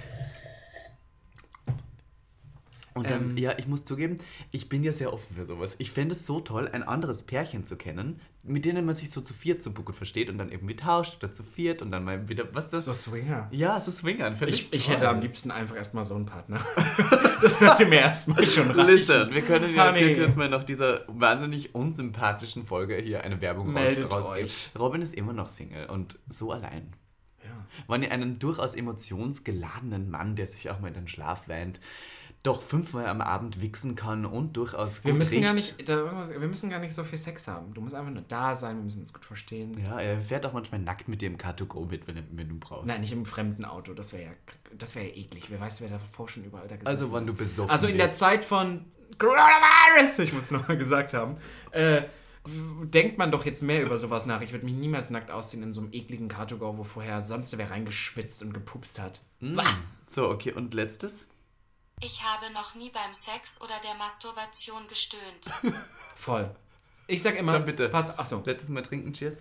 Und dann, ich muss zugeben, ich bin ja sehr offen für sowas. Ich fände es so toll, ein anderes Pärchen zu kennen, mit denen man sich so zu viert super gut versteht und dann irgendwie tauscht oder zu viert und dann mal wieder, was ist das? So Swinger. Ja, so Swingern, finde ich toll. Ich hätte am liebsten einfach erstmal so einen Partner. Das würde mir erstmal schon reichen. Listen, wir können jetzt mal nach dieser wahnsinnig unsympathischen Folge hier eine Werbung rausgeben. Robin ist immer noch Single und so allein. Ja. Wenn ihr einen durchaus emotionsgeladenen Mann, der sich auch mal in den Schlaf weint, doch 5-mal am Abend wichsen kann und durchaus gut riecht. Wir müssen gar nicht so viel Sex haben. Du musst einfach nur da sein, wir müssen uns gut verstehen. Ja, er fährt auch manchmal nackt mit dir im Car2Go mit, wenn du brauchst. Nein, nicht im fremden Auto, das wäre ja eklig. Wer weiß, wer davor schon überall da gesessen hat. Also wann du besoffen Also in der Zeit von Coronavirus, ich muss es nochmal gesagt haben, denkt man doch jetzt mehr über sowas nach. Ich würde mich niemals nackt ausziehen in so einem ekligen Car2Go, wo vorher sonst wer reingeschwitzt und gepupst hat. So, okay, und letztes? Ich habe noch nie beim Sex oder der Masturbation gestöhnt. Voll. Ich sag immer, dann bitte. Achso. Letztes Mal trinken, cheers.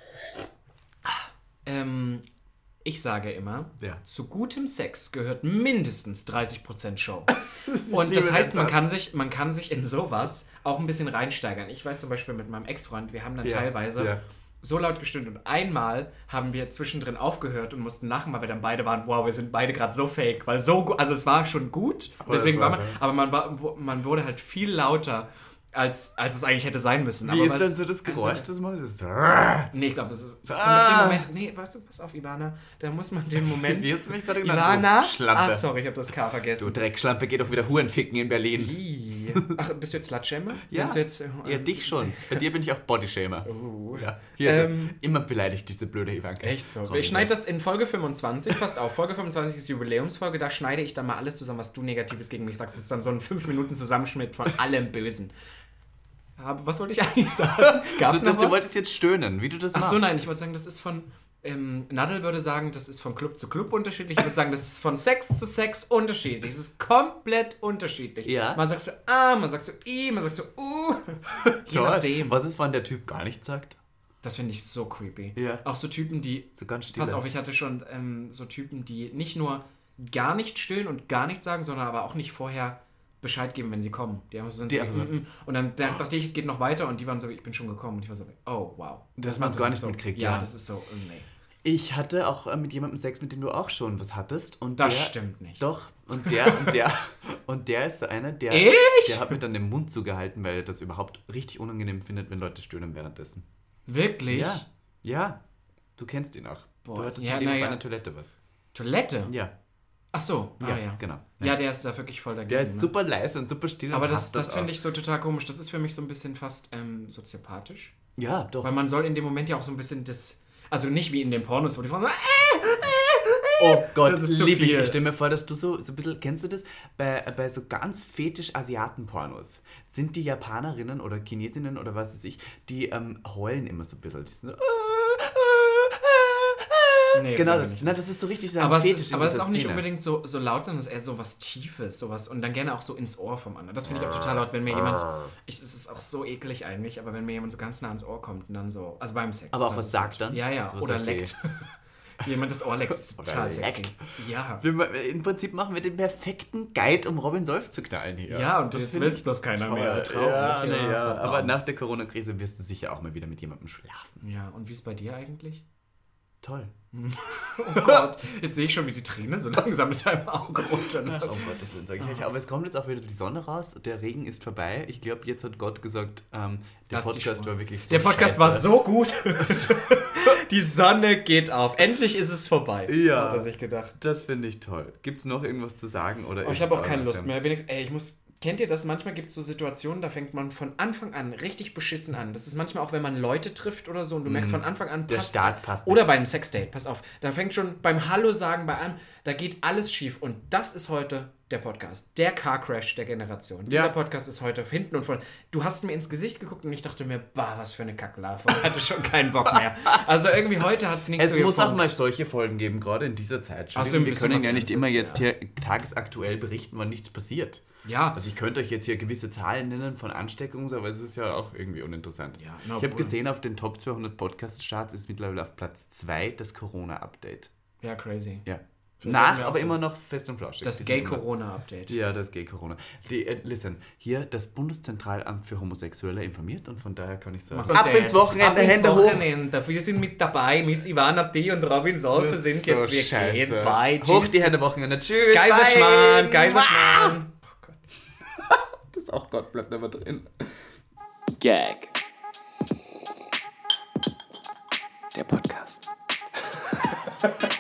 Ich sage immer, zu gutem Sex gehört mindestens 30% Show. Und das heißt, man kann sich in sowas auch ein bisschen reinsteigern. Ich weiß zum Beispiel mit meinem Ex-Freund, wir haben dann teilweise so laut gestöhnt und einmal haben wir zwischendrin aufgehört und mussten lachen, weil wir dann beide waren, wow, wir sind beide gerade so fake, weil so gut, also es war schon gut, deswegen man wurde halt viel lauter, als es eigentlich hätte sein müssen. Wie ist denn so das Geräusch, das macht? Nee, ich glaube, das kommt auf den Moment. Nee, weißt du, pass auf, Ivana, da muss man den Moment... Wie hast du mich gerade genannt? Ivana? Schlampe. Sorry, ich habe das K vergessen. Du Dreckschlampe, geh doch wieder Hurenficken in Berlin. Ach, bist du jetzt Slutshamer? Ja, dich schon. Bei dir bin ich auch Bodyshamer. Ja, hier ist es. Immer beleidigt, diese blöde Ivanka. Echt so. Ich schneide das in Folge 25, passt auf, Folge 25 ist Jubiläumsfolge, da schneide ich dann mal alles zusammen, was du Negatives gegen mich sagst. Das ist dann so ein 5-Minuten-Zusammenschnitt von allem Bösen. Aber was wollte ich eigentlich sagen? Gab's noch was? Du wolltest jetzt stöhnen, wie du das machst. Ach so, nein, ich wollte sagen, das ist von... Nadel würde sagen, das ist von Club zu Club unterschiedlich. Ich würde sagen, das ist von Sex zu Sex unterschiedlich. Es ist komplett unterschiedlich. Ja. Mal sagst du mal sagst du mal sagst du Je nachdem. Was ist, wenn der Typ gar nichts sagt? Das finde ich so creepy. Ja. Auch so Typen, die... So ganz still. Pass auf, ich hatte schon so Typen, die nicht nur gar nicht stöhnen und gar nichts sagen, sondern aber auch nicht vorher Bescheid geben, wenn sie kommen. Die haben so und dann dachte ich, es geht noch weiter und die waren so, ich bin schon gekommen. Und ich war so, oh, wow. Dass man es gar nicht mitkriegt, ja. Das ist so, nee. Ich hatte auch mit jemandem Sex, mit dem du auch schon was hattest. Und das stimmt nicht. Doch. Und der ist so einer, der hat mir dann den Mund zugehalten, weil er das überhaupt richtig unangenehm findet, wenn Leute stöhnen währenddessen. Wirklich? Ja. Du kennst ihn auch. Boah. Du hattest mit ihm auf einer Toilette was. Toilette? Ja. Ach so, ja. Genau. Ja, der ist da wirklich voll dagegen. Der ist super leise und super still. Aber und das hasst finde ich so total komisch. Das ist für mich so ein bisschen fast soziopathisch. Ja, doch. Weil man soll in dem Moment ja auch so ein bisschen das... Also nicht wie in den Pornos, wo die Frauen so... Oh Gott, Das ist zu lieb ich. viel. Ich stelle mir vor, dass du so ein bisschen, kennst du das? Bei so ganz fetisch-Asiaten-Pornos sind die Japanerinnen oder Chinesinnen oder was weiß ich, die heulen immer so ein bisschen. Die sind so, Nee, genau leider das. nicht. Nein, das ist so richtig so ein Aber es Fetisch ist, in aber es ist dieser auch nicht Szene. unbedingt so laut, sondern es ist eher so was Tiefes, sowas. Und dann gerne auch so ins Ohr vom anderen. Das finde ich auch total laut, wenn mir jemand... Es ist auch so eklig eigentlich, aber wenn mir jemand so ganz nah ans Ohr kommt und dann so... Also beim Sex. Aber auch das was ist sagt dann? Ja, ja. So was Oder sagt wie- leckt. Jemand das Ohr leckt, ist Oder total sexy. leckt. Ja. Im Prinzip machen wir den perfekten Guide, um Robin Solf zu knallen hier. Ja, und Das jetzt finde will es ich bloß keiner toll. mehr. Traurig. Ja, nee, ja. verdammt. Aber nach der Corona-Krise wirst du sicher auch mal wieder mit jemandem schlafen. Ja, und wie ist bei dir eigentlich? Toll. Oh Gott, jetzt sehe ich schon, wie die Träne so langsam mit deinem Auge runterläuft. Oh Gott, das sage ich euch. Aber es kommt jetzt auch wieder die Sonne raus, der Regen ist vorbei. Ich glaube, jetzt hat Gott gesagt, der Lass die Podcast Spur. war wirklich so Der Podcast scheiße. war so gut. Die Sonne geht auf. Endlich ist es vorbei. Ja. Hat er sich gedacht. Das finde ich toll. Gibt es noch irgendwas zu sagen? Oder Oh, ist ich habe es auch keine Lust langsam? mehr. Wenigstens, kennt ihr das? Manchmal gibt es so Situationen, da fängt man von Anfang an richtig beschissen an. Das ist manchmal auch, wenn man Leute trifft oder so und du merkst von Anfang an, Der Start passt Oder nicht. beim Sexdate, pass auf. Da fängt schon beim Hallo sagen, bei allem, da geht alles schief. Und das ist heute der Podcast. Der Car Crash der Generation. Dieser Podcast ist heute hinten und vorne. Du hast mir ins Gesicht geguckt und ich dachte mir, bah, was für eine Kacklarve. Ich hatte schon keinen Bock mehr. Also irgendwie heute hat es nichts Es so muss auch gefunkt. mal solche Folgen geben, gerade in dieser Zeit. Ach so, ein Wir bisschen können was ja nicht Ernstes, immer jetzt ja. hier tagesaktuell berichten, wann nichts passiert. Ja. Also ich könnte euch jetzt hier gewisse Zahlen nennen von Ansteckungs, aber es ist ja auch irgendwie uninteressant. Ja, ich habe gesehen, auf den Top 200 Podcast-Charts ist mittlerweile auf Platz 2 das Corona-Update. Ja, crazy. Ja. Vielleicht sollten Nach, wir auch aber so- immer noch fest und flauschig. Das Die sind Gay-Corona-Update. Ja, das Gay-Corona. Listen, hier das Bundeszentralamt für Homosexuelle informiert und von daher kann ich sagen, Mach uns ab ins Wochenende, Hände hoch. Wochenende. Wir sind mit dabei. Miss Ivana T. und Robin Solfe Das sind ist jetzt so wir scheiße. gehen. Bye. Hoch Tschüss. die Hände, Wochenende. Tschüss. Geiserschmarrn. bye. Geiserschmarrn. Oh Gott. Das ist auch Gott, bleibt immer drin. Gag. Der Podcast.